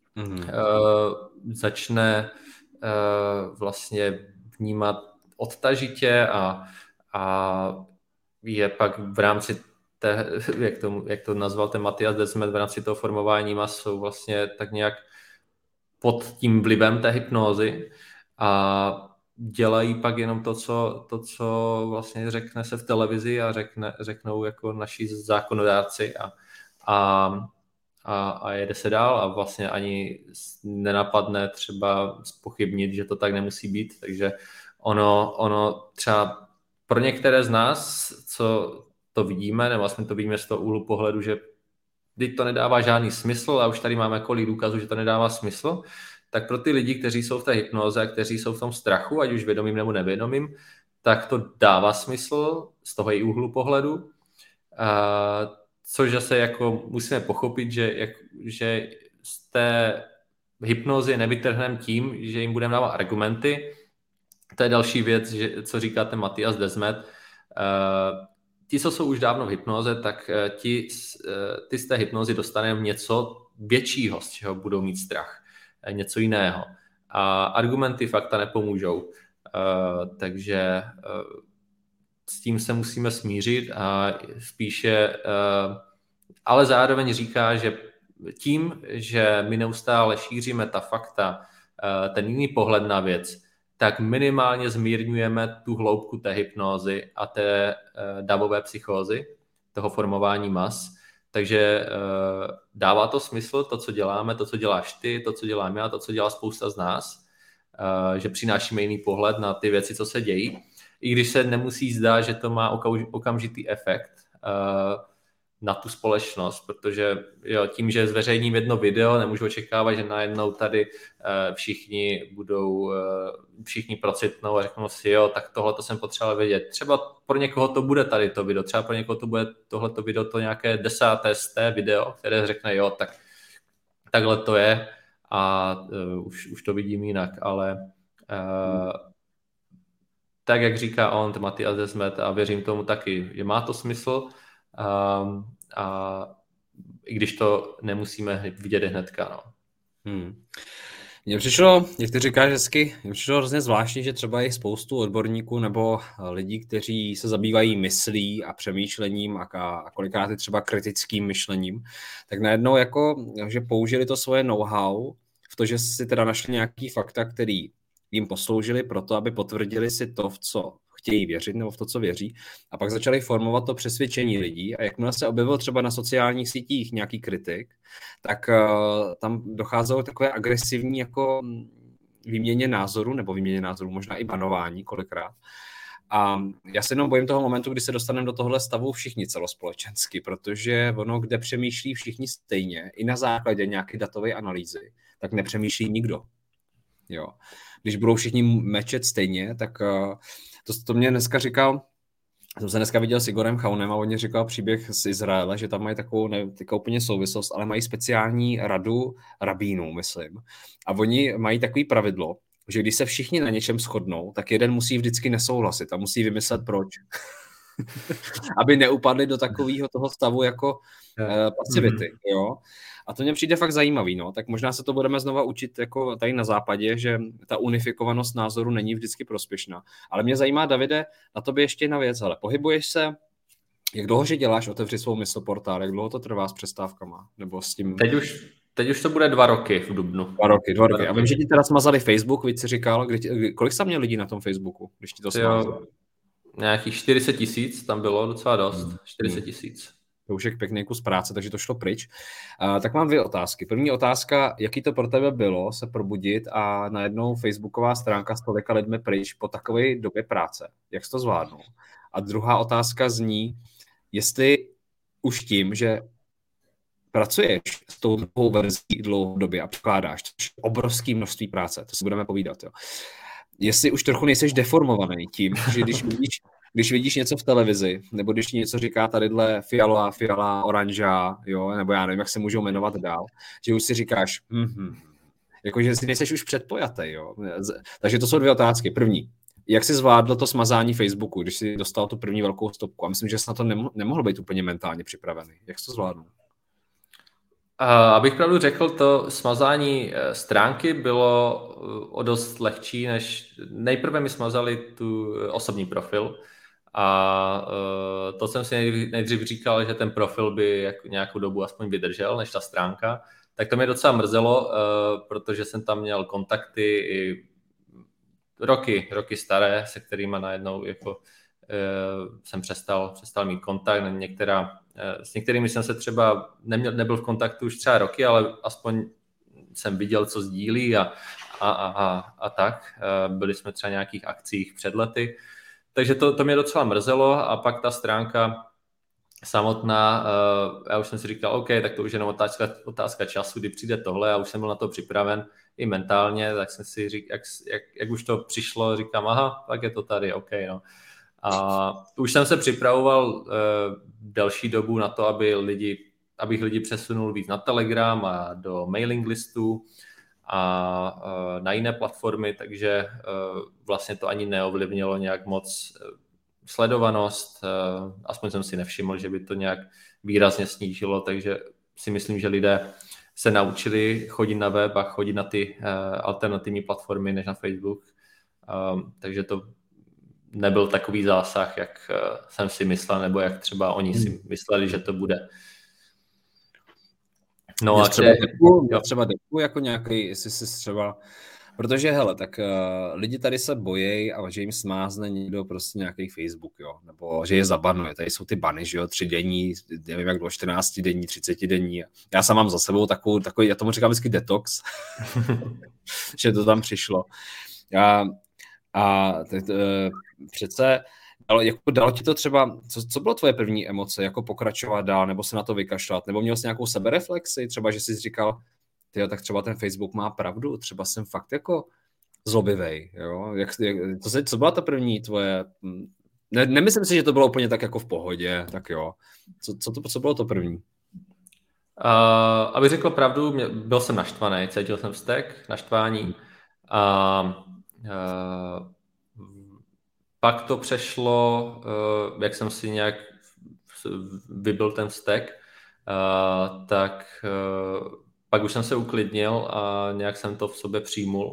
začne vlastně vnímat odtažitě a je pak v rámci jak to nazval ten Matthias Desmet, v rámci toho formování mas jsou vlastně tak nějak pod tím vlivem té hypnózy a dělají pak jenom to, co vlastně řekne se v televizi a řeknou jako naši zákonodárci a jede se dál a vlastně ani nenapadne třeba zpochybnit, že to tak nemusí být, takže ono třeba pro některé z nás, co to vidíme, nebo vlastně to vidíme z toho úhlu pohledu, že teď to nedává žádný smysl a už tady máme kolik důkazů, že to nedává smysl, tak pro ty lidi, kteří jsou v té hypnoze, kteří jsou v tom strachu, ať už vědomým nebo nevědomým, tak to dává smysl z toho i úhlu pohledu, což zase jako musíme pochopit, že z té hypnozy nevytrhneme tím, že jim budeme dávat argumenty. To je další věc, co říká ten Matthias Desmet. Ti, co jsou už dávno v hypnoze, tak ty z té hypnozy dostaneme něco většího, z čeho budou mít strach. Něco jiného. A argumenty fakta nepomůžou. Takže s tím se musíme smířit a spíše, ale zároveň říká, že tím, že my neustále šíříme ta fakta, ten jiný pohled na věc, tak minimálně zmírňujeme tu hloubku té hypnózy a té davové psychózy, toho formování mas. Takže dává to smysl, to, co děláme, to, co děláš ty, to, co dělám já, to, co dělá spousta z nás, že přinášíme jiný pohled na ty věci, co se dějí, i když se nemusí zdát, že to má okamžitý efekt na tu společnost, protože tím, že zveřejním jedno video, nemůžu očekávat, že najednou tady všichni procitnou a řeknou si, tak tohle to jsem potřeboval vědět. Třeba pro někoho to bude tady to video, třeba pro někoho to bude tohleto video to nějaké 10. video, které řekne, tak takhle to je a už to vidím jinak, ale tak, jak říká on, Matthias Desmet, a věřím tomu taky, že má to smysl, a i když to nemusíme vidět hnedka. Mně přišlo, jak ty říkáš hezky, mně přišlo hrozně zvláštní, že třeba je spoustu odborníků nebo lidí, kteří se zabývají myslí a přemýšlením a kolikrát i třeba kritickým myšlením, tak najednou jako, že použili to svoje know-how v to, že si teda našli nějaký fakta, který jim posloužili pro to, aby potvrdili si to, v co chtějí věřit nebo v to, co věří, a pak začali formovat to přesvědčení lidí a jakmile se objevil třeba na sociálních sítích nějaký kritik, tak tam docházelo takové agresivní jako výměně názorů, nebo výměně názorů, možná i banování kolikrát. A já se jenom bojím toho momentu, kdy se dostaneme do tohle stavu všichni celospolečensky, protože ono, kde přemýšlí všichni stejně, i na základě nějaké datové analýzy, tak nepřemýšlí nikdo. Jo. Když budou všichni mečet stejně, tak to mě dneska říkal, jsem se dneska viděl s Igorem Chaunem a on říkal příběh z Izraele, že tam mají takovou, ne úplně souvislost, ale mají speciální radu rabínů, myslím. A oni mají takový pravidlo, že když se všichni na něčem shodnou, tak jeden musí vždycky nesouhlasit a musí vymyslet proč. Aby neupadli do takového toho stavu jako pasivity. Jo? A to mně přijde fakt zajímavý. No? Tak možná se to budeme znova učit jako tady na západě, že ta unifikovanost názoru není vždycky prospěšná. Ale mě zajímá, Davide, na tobě ještě jedna věc. Ale pohybuješ se, jak dlouho že děláš otevři svou mysloportál, jak dlouho to trvá s přestávkama? Nebo s tím... Teď už to bude 2 roky v dubnu. 2 roky. A vím, že ti teda smazali Facebook, víc si říkal, kolik jsi měl lidí na tom Facebooku, když ti to smazali? Nějakých 40 000 tam bylo, docela dost. 40 000. To už je pěkný kus práce, takže to šlo pryč. Tak mám 2 otázky. První otázka, jaký to pro tebe bylo se probudit a najednou facebooková stránka s tolika lidmi pryč po takové době práce. Jak jsi to zvládnul? A druhá otázka zní, jestli už tím, že pracuješ s tou druhou verzí dlouhodobě a překládáš, to je obrovské množství práce, to si budeme povídat. Jo. Jestli už trochu nejseš deformovaný tím, že když vidíš něco v televizi, nebo když něco říká tadyhle fiala, oranža, jo, nebo já nevím, jak se můžou jmenovat dál, že už si říkáš, jakože si nejseš už předpojatý. Jo. Takže to jsou 2 otázky. První, jak jsi zvládl to smazání Facebooku, když jsi dostal tu první velkou stopku? A myslím, že jsi na to nemohl být úplně mentálně připravený. Jak jsi to zvládl? Abych pravdu řekl, to smazání stránky bylo o dost lehčí, než nejprve mi smazali tu osobní profil a to jsem si nejdřív říkal, že ten profil by nějakou dobu aspoň vydržel, než ta stránka. Tak to mě docela mrzelo, protože jsem tam měl kontakty i roky staré, se kterými najednou jako jsem přestal mít kontakt. S některými jsem se třeba nebyl v kontaktu už třeba roky, ale aspoň jsem viděl, co sdílí a tak. Byli jsme třeba v nějakých akcích před lety. Takže to mě docela mrzelo a pak ta stránka samotná, já už jsem si říkal, OK, tak to už je jenom otázka času, kdy přijde tohle a už jsem byl na to připraven i mentálně, tak jsem si říkal, jak už to přišlo, říkám, aha, tak je to tady, OK, no. A už jsem se připravoval delší dobu na to, abych lidi přesunul víc na Telegram a do mailing listů a na jiné platformy, takže vlastně to ani neovlivnilo nějak moc sledovanost, aspoň jsem si nevšiml, že by to nějak výrazně snížilo, takže si myslím, že lidé se naučili chodit na web a chodit na ty alternativní platformy než na Facebook, takže to nebyl takový zásah, jak jsem si myslel, nebo jak třeba oni si mysleli, že to bude. No a třeba deku jako nějaký, jestli si třeba, protože hele, tak lidi tady se bojejí a že jim smázne někdo prostě nějaký Facebook, jo, nebo že je zabanuje. Tady jsou ty bany, že jo, 3denní, nevím jak bylo, 14denní, 30denní. Já sám mám za sebou takový, já tomu říkám vždycky detox, že to tam přišlo. A přece dalo ti to třeba, co bylo tvoje první emoce, jako pokračovat dál, nebo se na to vykašlat, nebo měl jsi nějakou sebereflexi, třeba, že jsi říkal, tyjo, tak třeba ten Facebook má pravdu, třeba jsem fakt jako zlobivej, jo? Co byla ta první tvoje, nemyslím si, že to bylo úplně tak jako v pohodě, tak jo, co bylo to první? Aby řekl pravdu, byl jsem naštvaný, cítil jsem vztek, naštvání a pak to přešlo, jak jsem si nějak vybil ten vztek, tak pak už jsem se uklidnil a nějak jsem to v sobě přijmul.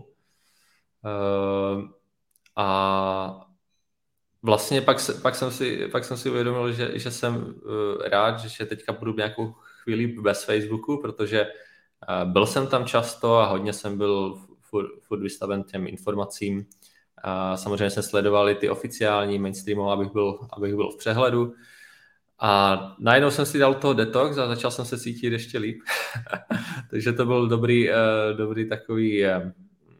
A vlastně pak jsem si uvědomil, že jsem rád, že teďka budu nějakou chvíli bez Facebooku, protože byl jsem tam často a hodně jsem byl furt vystaven těm informacím. A samozřejmě jsem sledoval i ty oficiální mainstreamové, abych byl v přehledu. A najednou jsem si dal toho detox a začal jsem se cítit ještě líp. Takže to byl dobrý takový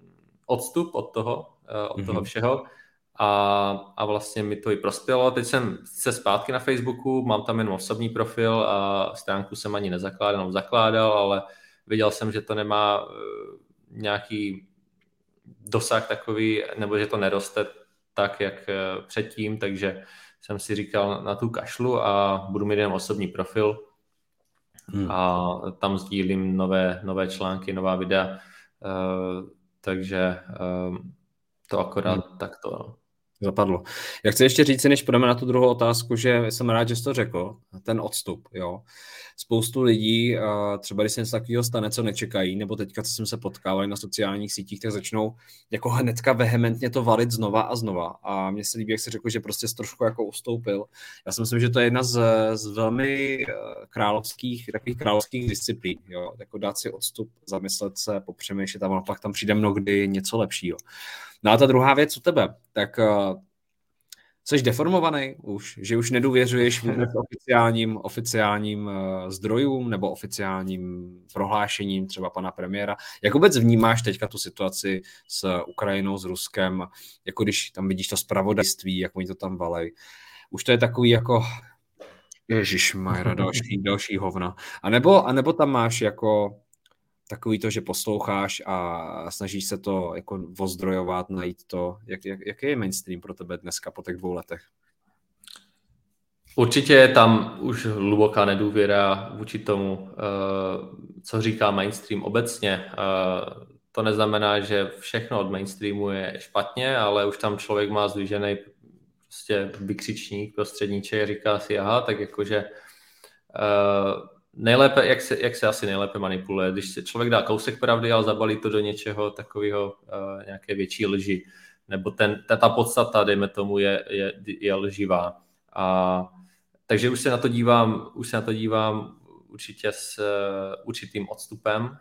odstup od toho všeho a vlastně mi to i prospělo. Teď jsem se zpátky na Facebooku, mám tam jen osobní profil a stránku jsem ani zakládal, ale viděl jsem, že to nemá nějaký dosah takový, nebo že to neroste tak, jak předtím, takže jsem si říkal, na tu kašlu a budu mít jen osobní profil a tam sdílím nové články, nová videa, takže to akorát takto. No. Zapadlo. Já chci ještě říct, než půjdeme na tu druhou otázku, že jsem rád, že jsi to řekl, ten odstup, jo. Spoustu lidí, třeba když se něco takového stane, co nečekají, nebo teďka, co jsem se potkával na sociálních sítích, tak začnou jako hnedka vehementně to valit znova a znova. A mně se líbí, jak jsi řekl, že prostě trošku jako ustoupil. Já si myslím, že to je jedna z velmi takových královských disciplín, jo. Jako dát si odstup, zamyslet se, popřemýšlet a pak tam přijde mnohdy něco lepšího. No a ta druhá věc u tebe, tak jsi deformovaný už, že už nedůvěřuješ oficiálním zdrojům nebo oficiálním prohlášením třeba pana premiéra. Jak vůbec vnímáš teďka tu situaci s Ukrajinou, s Ruskem, jako když tam vidíš to zpravodajství, jak oni to tam valej. Už to je takový jako ježišmajra, další hovna. A nebo tam máš jako takový to, že posloucháš a snažíš se to jako ozdrojovat, najít to. Jaký je mainstream pro tebe dneska po těch 2 letech? Určitě je tam už hluboká nedůvěra vůči tomu, co říká mainstream obecně. To neznamená, že všechno od mainstreamu je špatně, ale už tam člověk má zdvižený prostě vykřičník, prostředníček a říká si, aha, tak jakože nejlépe, jak se asi nejlépe manipuluje, když se člověk dá kousek pravdy, ale zabalí to do něčeho takového, nějaké větší lži, nebo ta podstata, dejme tomu, je lživá. Takže už se na to dívám určitě s určitým odstupem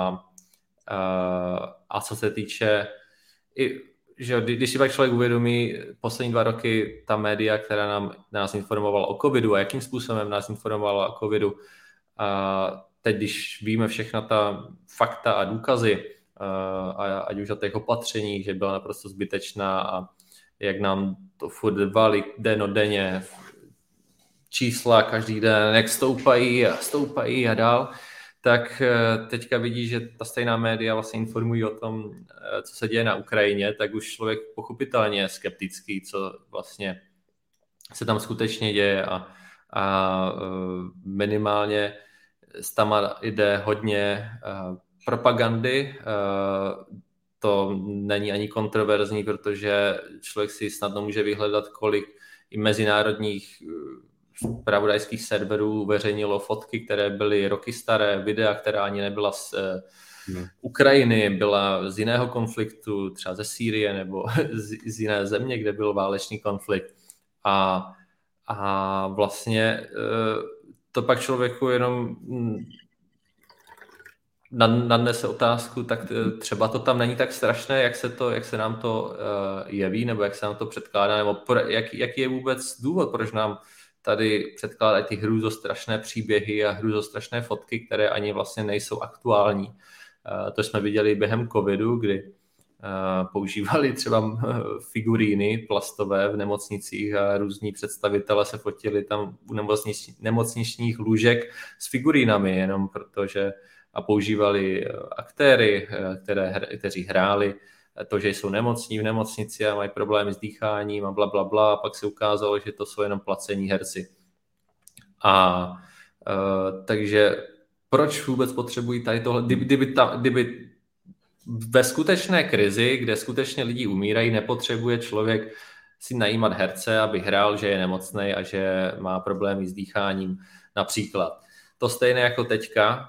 a co se týče že když si pak člověk uvědomí poslední 2 roky ta média, která nás informovala o covidu a jakým způsobem nás informovala o covidu, a teď, když víme všechna ta fakta a důkazy, ať už o těch opatřeních, že byla naprosto zbytečná a jak nám to furt valí denně čísla každý den, jak stoupají a dál, tak teďka vidí, že ta stejná média vlastně informují o tom, co se děje na Ukrajině, tak už člověk pochopitelně je skeptický, co vlastně se tam skutečně děje a minimálně tam jde hodně propagandy. To není ani kontroverzní, protože člověk si snadno může vyhledat, kolik i mezinárodních zpravodajských serverů uveřejnilo fotky, které byly roky staré, videa, která ani nebyla z Ukrajiny, byla z jiného konfliktu, třeba ze Sýrie nebo z jiné země, kde byl válečný konflikt. A vlastně to pak člověku jenom nadnese otázku, tak třeba to tam není tak strašné, jak se nám to jeví, nebo jak se nám to předkládá, nebo jaký je vůbec důvod, proč nám tady předkládají ty hrůzostrašné příběhy a hrůzostrašné fotky, které ani vlastně nejsou aktuální. To jsme viděli během covidu, kdy používali třeba figuríny plastové v nemocnicích a různí představitelé se fotili tam u nemocničních lůžek s figurínami, jenom protože a používali aktéry, kteří hráli to, že jsou nemocní v nemocnici a mají problémy s dýcháním a blablabla, a pak se ukázalo, že to jsou jenom placení herci. Takže proč vůbec potřebují tady tohle? Kdyby ve skutečné krizi, kde skutečně lidi umírají, nepotřebuje člověk si najímat herce, aby hrál, že je nemocnej a že má problémy s dýcháním například. To stejné jako teďka.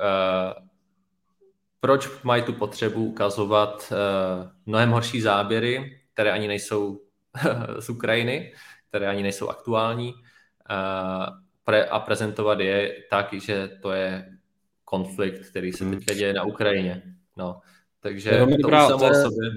Proč mají tu potřebu ukazovat mnohem horší záběry, které ani nejsou z Ukrajiny, které ani nejsou aktuální, a prezentovat je tak, že to je konflikt, který se teďka děje na Ukrajině. No, takže to samo o sobě.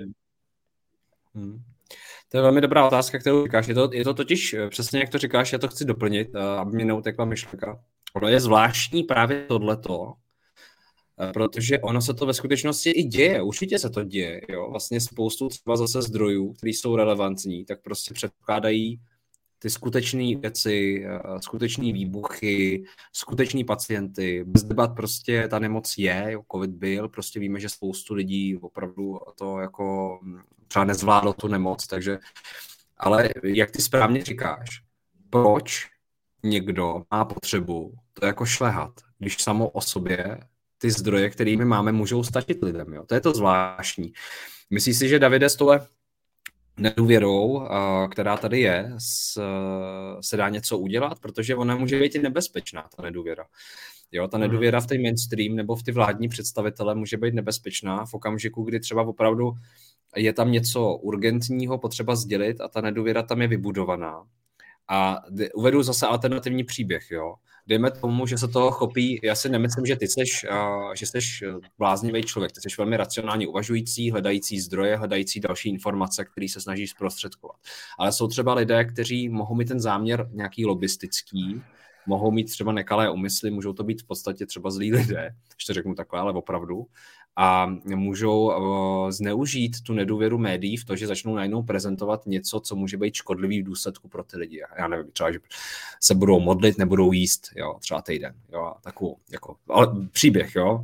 To je velmi dobrá otázka, kterou říkáš. Je to totiž přesně, jak to říkáš, já to chci doplnit, aby mě neutekla myšlenka. Ono je zvláštní právě tohleto, protože ono se to ve skutečnosti i děje, určitě se to děje, jo, vlastně spoustu třeba zase zdrojů, které jsou relevantní, tak prostě předkládají ty skutečné věci, skutečné výbuchy, skuteční pacienty, bez debat prostě ta nemoc je, jo, covid byl, prostě víme, že spoustu lidí opravdu to jako třeba nezvládlo tu nemoc, takže, ale jak ty správně říkáš, proč někdo má potřebu to jako šlehat, když samo o sobě ty zdroje, kterými máme, můžou stačit lidem, jo, to je to zvláštní. Myslíš si, že Davide s tohle nedůvěrou, která tady je, se dá něco udělat, protože ona může být i nebezpečná, ta nedůvěra. Jo, ta nedůvěra v ten mainstream nebo v ty vládní představitele může být nebezpečná v okamžiku, kdy třeba opravdu je tam něco urgentního potřeba sdělit a ta nedůvěra tam je vybudovaná. A uvedu zase alternativní příběh, jo. Dejme tomu, že se toho chopí, já si nemyslím, že ty seš bláznivý člověk, ty seš velmi racionálně uvažující, hledající zdroje, hledající další informace, které se snažíš zprostředkovat. Ale jsou třeba lidé, kteří mohou mít ten záměr nějaký lobistický, mohou mít třeba nekalé úmysly, můžou to být v podstatě třeba zlí lidé, když to řeknu takhle, ale opravdu, a můžou zneužít tu nedůvěru médií v to, že začnou najednou prezentovat něco, co může být škodlivý v důsledku pro ty lidi. Já nevím, třeba, že se budou modlit, nebudou jíst, jo, třeba týden, jo, takovou, jako, ale příběh, jo.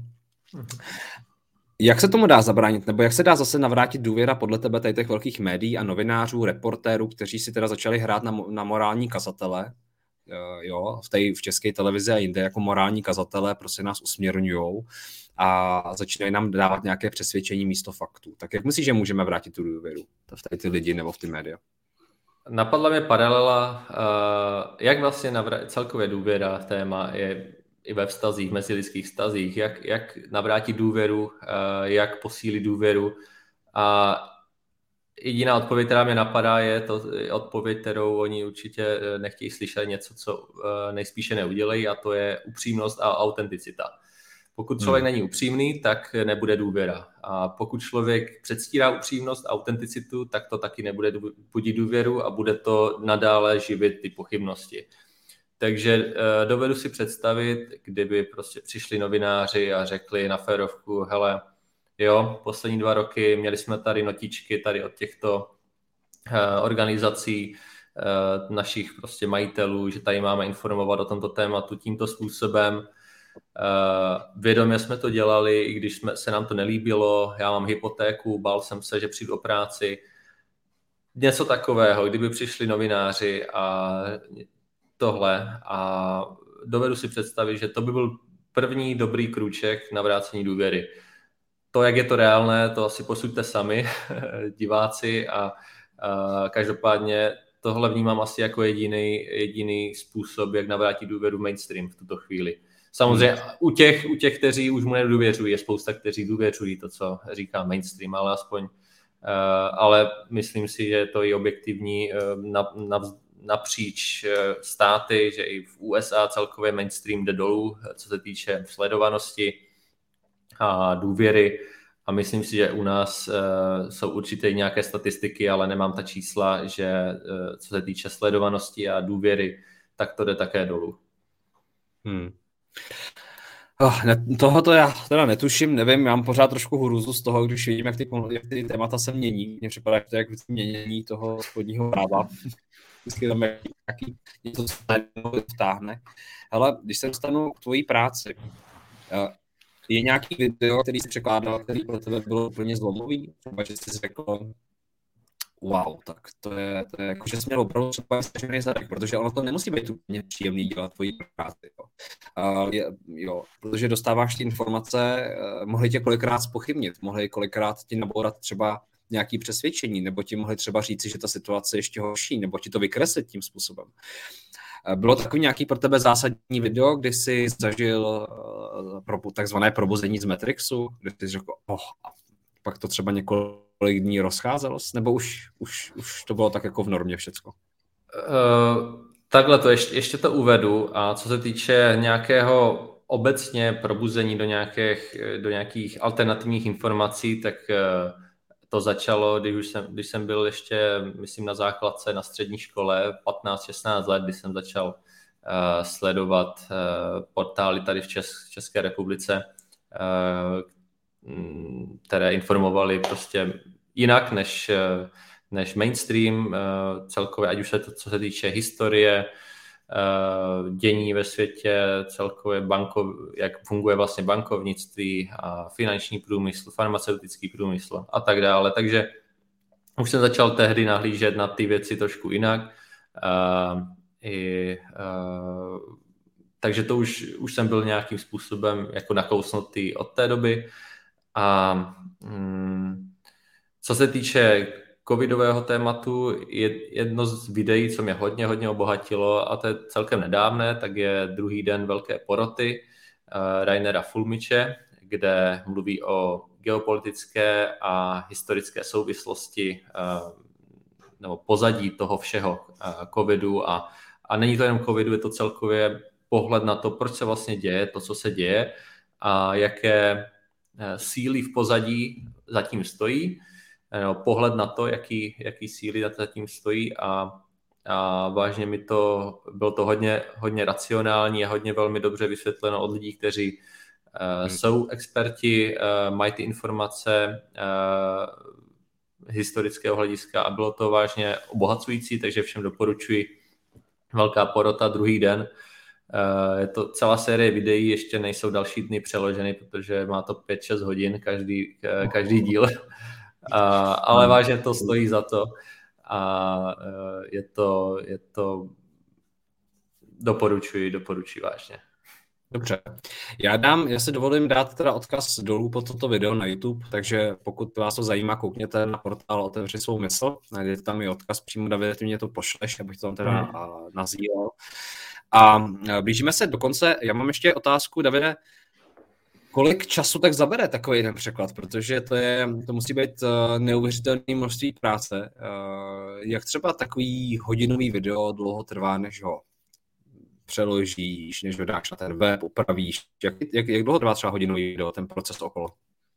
Jak se tomu dá zabránit, nebo jak se dá zase navrátit důvěra podle tebe tady těch velkých médií a novinářů, reportérů, kteří si teda začali hrát na morální kazatele, jo, v české televizi a jinde jako morální kazatele prostě nás usměrňujou a začínají nám dávat nějaké přesvědčení místo faktů. Tak jak myslíš, že můžeme vrátit tu důvěru v ty lidi nebo v ty média? Napadla mě paralela, jak vlastně celkově důvěra téma je i ve vztazích, mezilidských vztazích, jak navrátit důvěru, jak posílit důvěru. A jediná odpověď, která mě napadá, je to odpověď, kterou oni určitě nechtějí slyšet, něco, co nejspíše neudělají, a to je upřímnost a autenticita. Pokud člověk není upřímný, tak nebude důvěra. A pokud člověk předstírá upřímnost a autenticitu, tak to taky nebude budit důvěru a bude to nadále živit ty pochybnosti. Takže dovedu si představit, kdyby prostě přišli novináři a řekli na férovku, hele, jo, poslední 2 roky měli jsme tady notičky tady od těchto organizací, našich prostě majitelů, že tady máme informovat o tomto tématu tímto způsobem. Vědomě jsme to dělali, i když se nám to nelíbilo, já mám hypotéku, bál jsem se, že přijdu o práci. Něco takového, kdyby přišli novináři a tohle, a dovedu si představit, že to by byl první dobrý krůček na vrácení důvěry. To, jak je to reálné, to asi posuďte sami, diváci, a každopádně tohle vnímám asi jako jediný způsob, jak navrátit důvěru mainstream v tuto chvíli. Samozřejmě u těch, kteří už mu nedůvěřují, je spousta, kteří důvěřují to, co říká mainstream, ale aspoň, ale myslím si, že je to i objektivní napříč státy, že i v USA celkově mainstream jde dolů, co se týče sledovanosti a důvěry, a myslím si, že u nás jsou určitě nějaké statistiky, ale nemám ta čísla, že co se týče sledovanosti a důvěry, tak to jde také dolů. Tohoto já teda netuším, nevím, mám pořád trošku hrůzu z toho, když vidím, jak ty témata se mění. Mně připadá, že to je jak měnění toho spodního práva. Vždycky tam nějaký něco se vtáhne. Hele, když se dostanu k tvojí práci, je nějaký video, který jsi překládal, který pro tebe bylo úplně zlomový? Třeba, že jsi řekl, wow, tak to je jako, že jsi měl opravdu třeba strašný zadek, protože ono to nemusí být úplně příjemný dělat tvojí práci. Jo, protože dostáváš ty informace, mohli tě kolikrát zpochybnit, mohli kolikrát ti nabourat třeba nějaké přesvědčení, nebo ti mohli třeba říci, že ta situace je ještě horší, nebo ti to vykreslit tím způsobem. Bylo takový nějaký pro tebe zásadní video, kdy jsi zažil takzvané probuzení z Matrixu, kdy jsi řekl, pak to třeba několik dní rozcházelo, nebo už to bylo tak jako v normě všecko? Takhle to ještě to uvedu, a co se týče nějakého obecně probuzení do nějakých alternativních informací, tak to začalo, když jsem byl ještě, myslím, na základce na střední škole, 15-16 let, kdy jsem začal sledovat portály tady v České republice, které informovaly prostě jinak než mainstream celkově, ať už se to, co se týče historie, dění ve světě, celkově jak funguje vlastně bankovnictví a finanční průmysl, farmaceutický průmysl a tak dále. Takže už jsem začal tehdy nahlížet na ty věci trošku jinak. Takže to už jsem byl nějakým způsobem jako nakousnutý od té doby. A co se týče covidového tématu, jedno z videí, co mě hodně obohatilo, a to je celkem nedávné, tak je Druhý den velké poroty Rainera Fulmiče, kde mluví o geopolitické a historické souvislosti nebo pozadí toho všeho covidu. A není to jenom covidu, je to celkově pohled na to, proč se vlastně děje to, co se děje a jaké síly v pozadí zatím stojí. Pohled na to, jaký síly zatím stojí a vážně bylo to hodně racionální a hodně velmi dobře vysvětleno od lidí, kteří jsou experti, mají ty informace historického hlediska a bylo to vážně obohacující, takže všem doporučuji Velká porota, Druhý den. Je to celá série videí, ještě nejsou další dny přeloženy, protože má to 5-6 hodin každý díl. Ale vážně to stojí za to a je to doporučuji vážně. Dobře. Já si dovolím dát teda odkaz dolů pod toto video na YouTube, takže pokud vás to zajímá, koukněte na portál Otevři svou mysl, najdete tam i odkaz přímo, David, ty mě to pošleš, abych to tam teda nazýval. A blížíme se do konce. Já mám ještě otázku, Davide, kolik času tak zabere takový jeden překlad, protože to musí být neuvěřitelné množství práce. Jak třeba takový hodinový video dlouho trvá, než ho přeložíš, než ho dáš na ten web, upravíš? Jak dlouho trvá třeba hodinový video, ten proces okolo?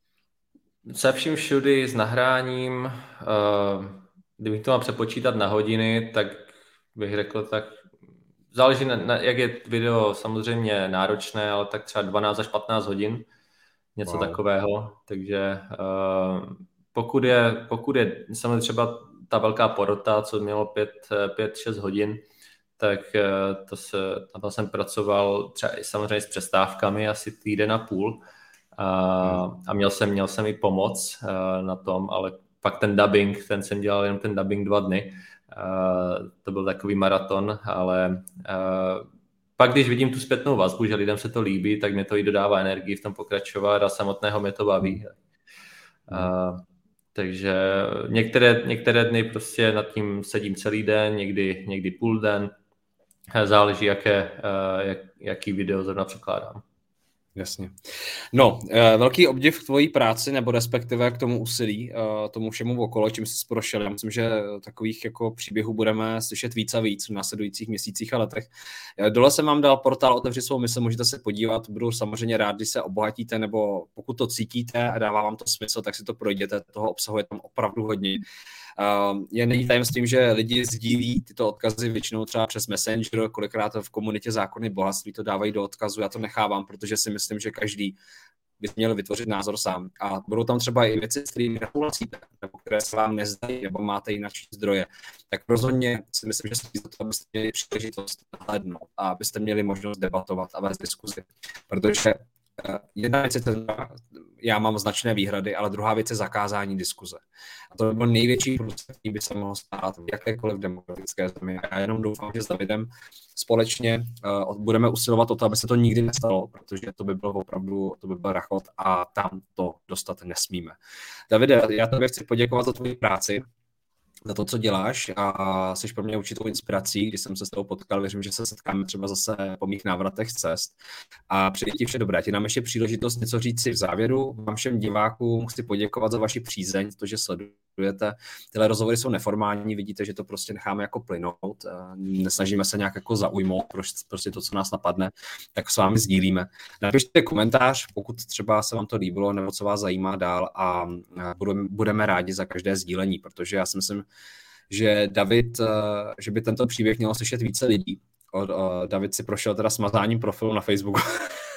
Se vším všudy s nahráním, kdybych to mal přepočítat na hodiny, tak bych řekl, tak záleží jak je video samozřejmě náročné, ale tak třeba 12 až 15 hodin, něco takového. Takže pokud je samozřejmě třeba ta Velká porota, co mělo 5-6 hodin, tak na to jsem pracoval třeba i samozřejmě s přestávkami asi 1,5 týdne a měl jsem i pomoc na tom, ale pak ten dubbing, ten jsem dělal jenom ten dubbing 2 dny. To byl takový maraton, ale pak, když vidím tu zpětnou vazbu, že lidem se to líbí, tak mě to i dodává energii v tom pokračovat a samotného mě to baví. Takže některé dny prostě nad tím sedím celý den, někdy půl den. Záleží, jaký video zrovna překládám. Jasně. No, velký obdiv k tvojí práci, nebo respektive k tomu úsilí, tomu všemu okolo, čím jsi prošel. Já myslím, že takových jako příběhů budeme slyšet víc a víc v následujících měsících a letech. Dole jsem vám dal portál Otevři svou mysl, můžete se podívat, budu samozřejmě rád, když se obohatíte, nebo pokud to cítíte a dává vám to smysl, tak si to projděte, toho obsahu je tam opravdu hodně. Není tajemstvím, že lidi sdílí tyto odkazy většinou třeba přes Messenger, kolikrát v komunitě Zákony bohatství to dávají do odkazu, já to nechávám, protože si myslím, že každý by měl vytvořit názor sám. A budou tam třeba i věci, s kterými nesouhlasíte, nebo které se vám nezdají, nebo máte jiné zdroje. Tak rozhodně si myslím, že stojí za to, abyste měli příležitost hlednout a abyste měli možnost debatovat a vést diskuzi. Protože jedna věc je já mám značné výhrady, ale druhá věc je zakázání diskuze. A to by byl největší průces, který by se mohl stát v jakékoliv demokratické zemi. A já jenom doufám, že s Davidem společně budeme usilovat o to, aby se to nikdy nestalo, protože to by byl rachot a tam to dostat nesmíme. Davide, já tobě chci poděkovat za tvoji práci, za to, co děláš a jsi pro mě určitou inspirací, když jsem se s tebou potkal, věřím, že se setkáme třeba zase po mých návratech z cest a přeji ti vše dobré. Ti nám ještě příležitost něco říct si v závěru. Vám všem divákům chci poděkovat za vaši přízeň, to, že sledujete. Tyhle rozhovory jsou neformální, vidíte, že to prostě necháme jako plynout, nesnažíme se nějak jako zaujmout, prostě to, co nás napadne, tak s vámi sdílíme. Napište komentář, pokud třeba se vám to líbilo nebo co vás zajímá dál a budeme rádi za každé sdílení, protože já si myslím, že že by tento příběh mělo slyšet více lidí. David si prošel teda smazáním profilu na Facebooku.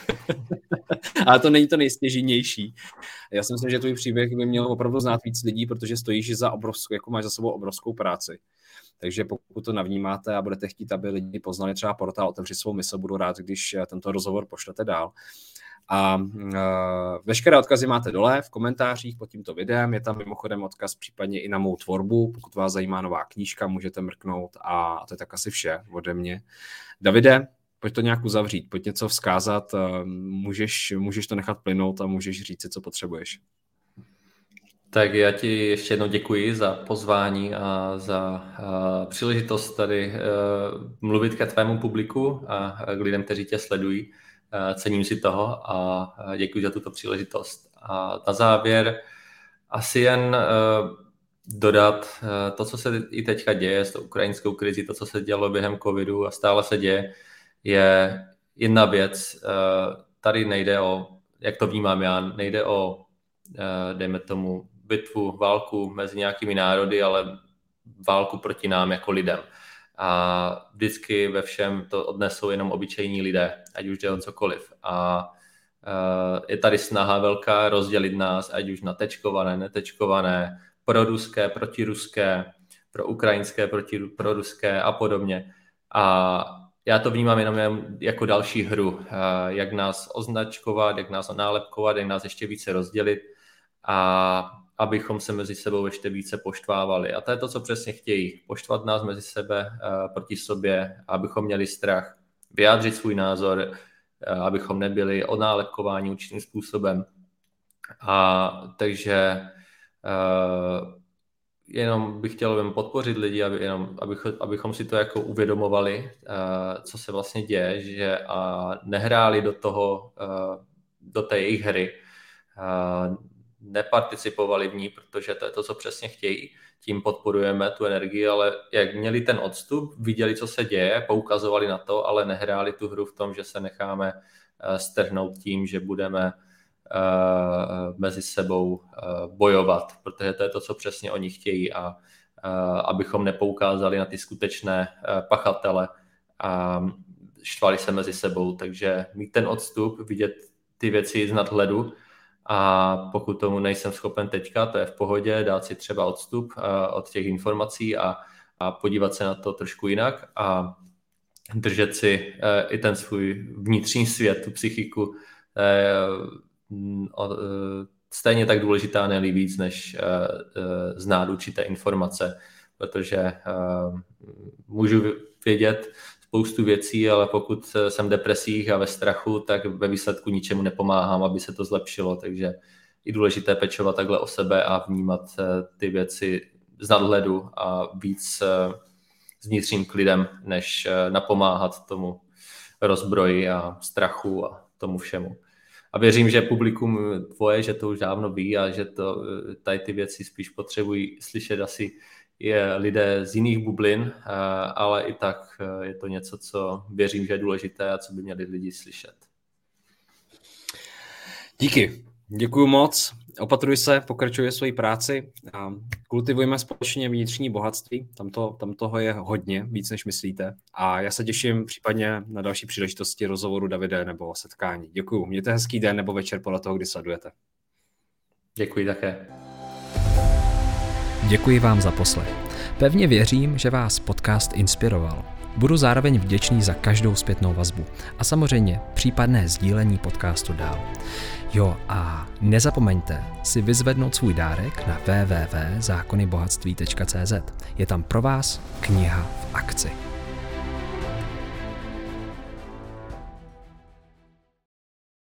Ale to není to nejstěžejnější. Já si myslím, že tvůj příběh by měl opravdu znát víc lidí, protože stojíš za obrovskou, jako máš za sebou obrovskou práci. Takže pokud to navnímáte a budete chtít, aby lidi poznali třeba portál Otevři svou mysl, budu rád, když tento rozhovor pošlete dál. A veškeré odkazy máte dole v komentářích pod tímto videem, je tam mimochodem odkaz případně i na mou tvorbu, pokud vás zajímá nová knížka, můžete mrknout a to je tak asi vše ode mě. Davide, pojď to nějak uzavřít, pojď něco vzkázat, můžeš to nechat plynout a můžeš říct si, co potřebuješ. Tak já ti ještě jednou děkuji za pozvání a za příležitost tady mluvit ke tvému publiku a k lidem, kteří tě sledují. Cením si toho a děkuji za tuto příležitost. A na závěr asi jen dodat to, co se i teďka děje s tou ukrajinskou krizi, to, co se dělo během covidu a stále se děje, je jedna věc. Tady nejde o, jak to vnímám já, nejde o, dejme tomu, bitvu, válku mezi nějakými národy, ale válku proti nám jako lidem. A vždycky ve všem to odnesou jenom obyčejní lidé, ať už jde o cokoliv. A je tady snaha velká rozdělit nás, ať už na tečkované, netečkované, proruské, protiruské, proukrajinské, proruské a podobně. A já to vnímám jenom jako další hru, jak nás označkovat, jak nás nálepkovat, jak nás ještě více rozdělit a abychom se mezi sebou ještě více poštvávali. A to je to, co přesně chtějí. Poštvat nás mezi sebe, proti sobě, abychom měli strach, vyjádřit svůj názor, abychom nebyli onálepkováni určitým způsobem. A takže jenom bych chtěl podpořit lidi, abychom si to jako uvědomovali, co se vlastně děje, že a nehráli do té jejich hry, neparticipovali v ní, protože to je to, co přesně chtějí. Tím podporujeme tu energii, ale jak měli ten odstup, viděli, co se děje, poukazovali na to, ale nehráli tu hru v tom, že se necháme strhnout tím, že budeme mezi sebou bojovat, protože to je to, co přesně oni chtějí a abychom nepoukázali na ty skutečné pachatele a štvali se mezi sebou. Takže mít ten odstup, vidět ty věci z nadhledu a pokud tomu nejsem schopen teďka, to je v pohodě, dát si třeba odstup od těch informací a podívat se na to trošku jinak a držet si i ten svůj vnitřní svět, tu psychiku, stejně tak důležitá, ne-li víc, než znát určité informace, protože můžu vědět spoustu věcí, ale pokud jsem v depresích a ve strachu, tak ve výsledku ničemu nepomáhám, aby se to zlepšilo, takže je důležité pečovat takhle o sebe a vnímat ty věci z nadhledu a víc s vnitřním klidem, než napomáhat tomu rozbroji a strachu a tomu všemu. A věřím, že publikum tvoje, že to už dávno ví a že tady ty věci spíš potřebují slyšet asi je lidé z jiných bublin, ale i tak je to něco, co věřím, že je důležité a co by měli lidi slyšet. Díky. Děkuju moc. Opatruj se, pokračuj svoji práci a kultivujeme společně vnitřní bohatství. Tam toho je hodně, víc než myslíte. A já se těším případně na další příležitosti rozhovoru, Davide, nebo setkání. Děkuju. Mějte hezký den nebo večer podle toho, kdy sledujete. Děkuji také. Děkuji vám za poslech. Pevně věřím, že vás podcast inspiroval. Budu zároveň vděčný za každou zpětnou vazbu a samozřejmě případné sdílení podcastu dál. Jo a nezapomeňte si vyzvednout svůj dárek na www.zákonybohatství.cz. Je tam pro vás kniha v akci.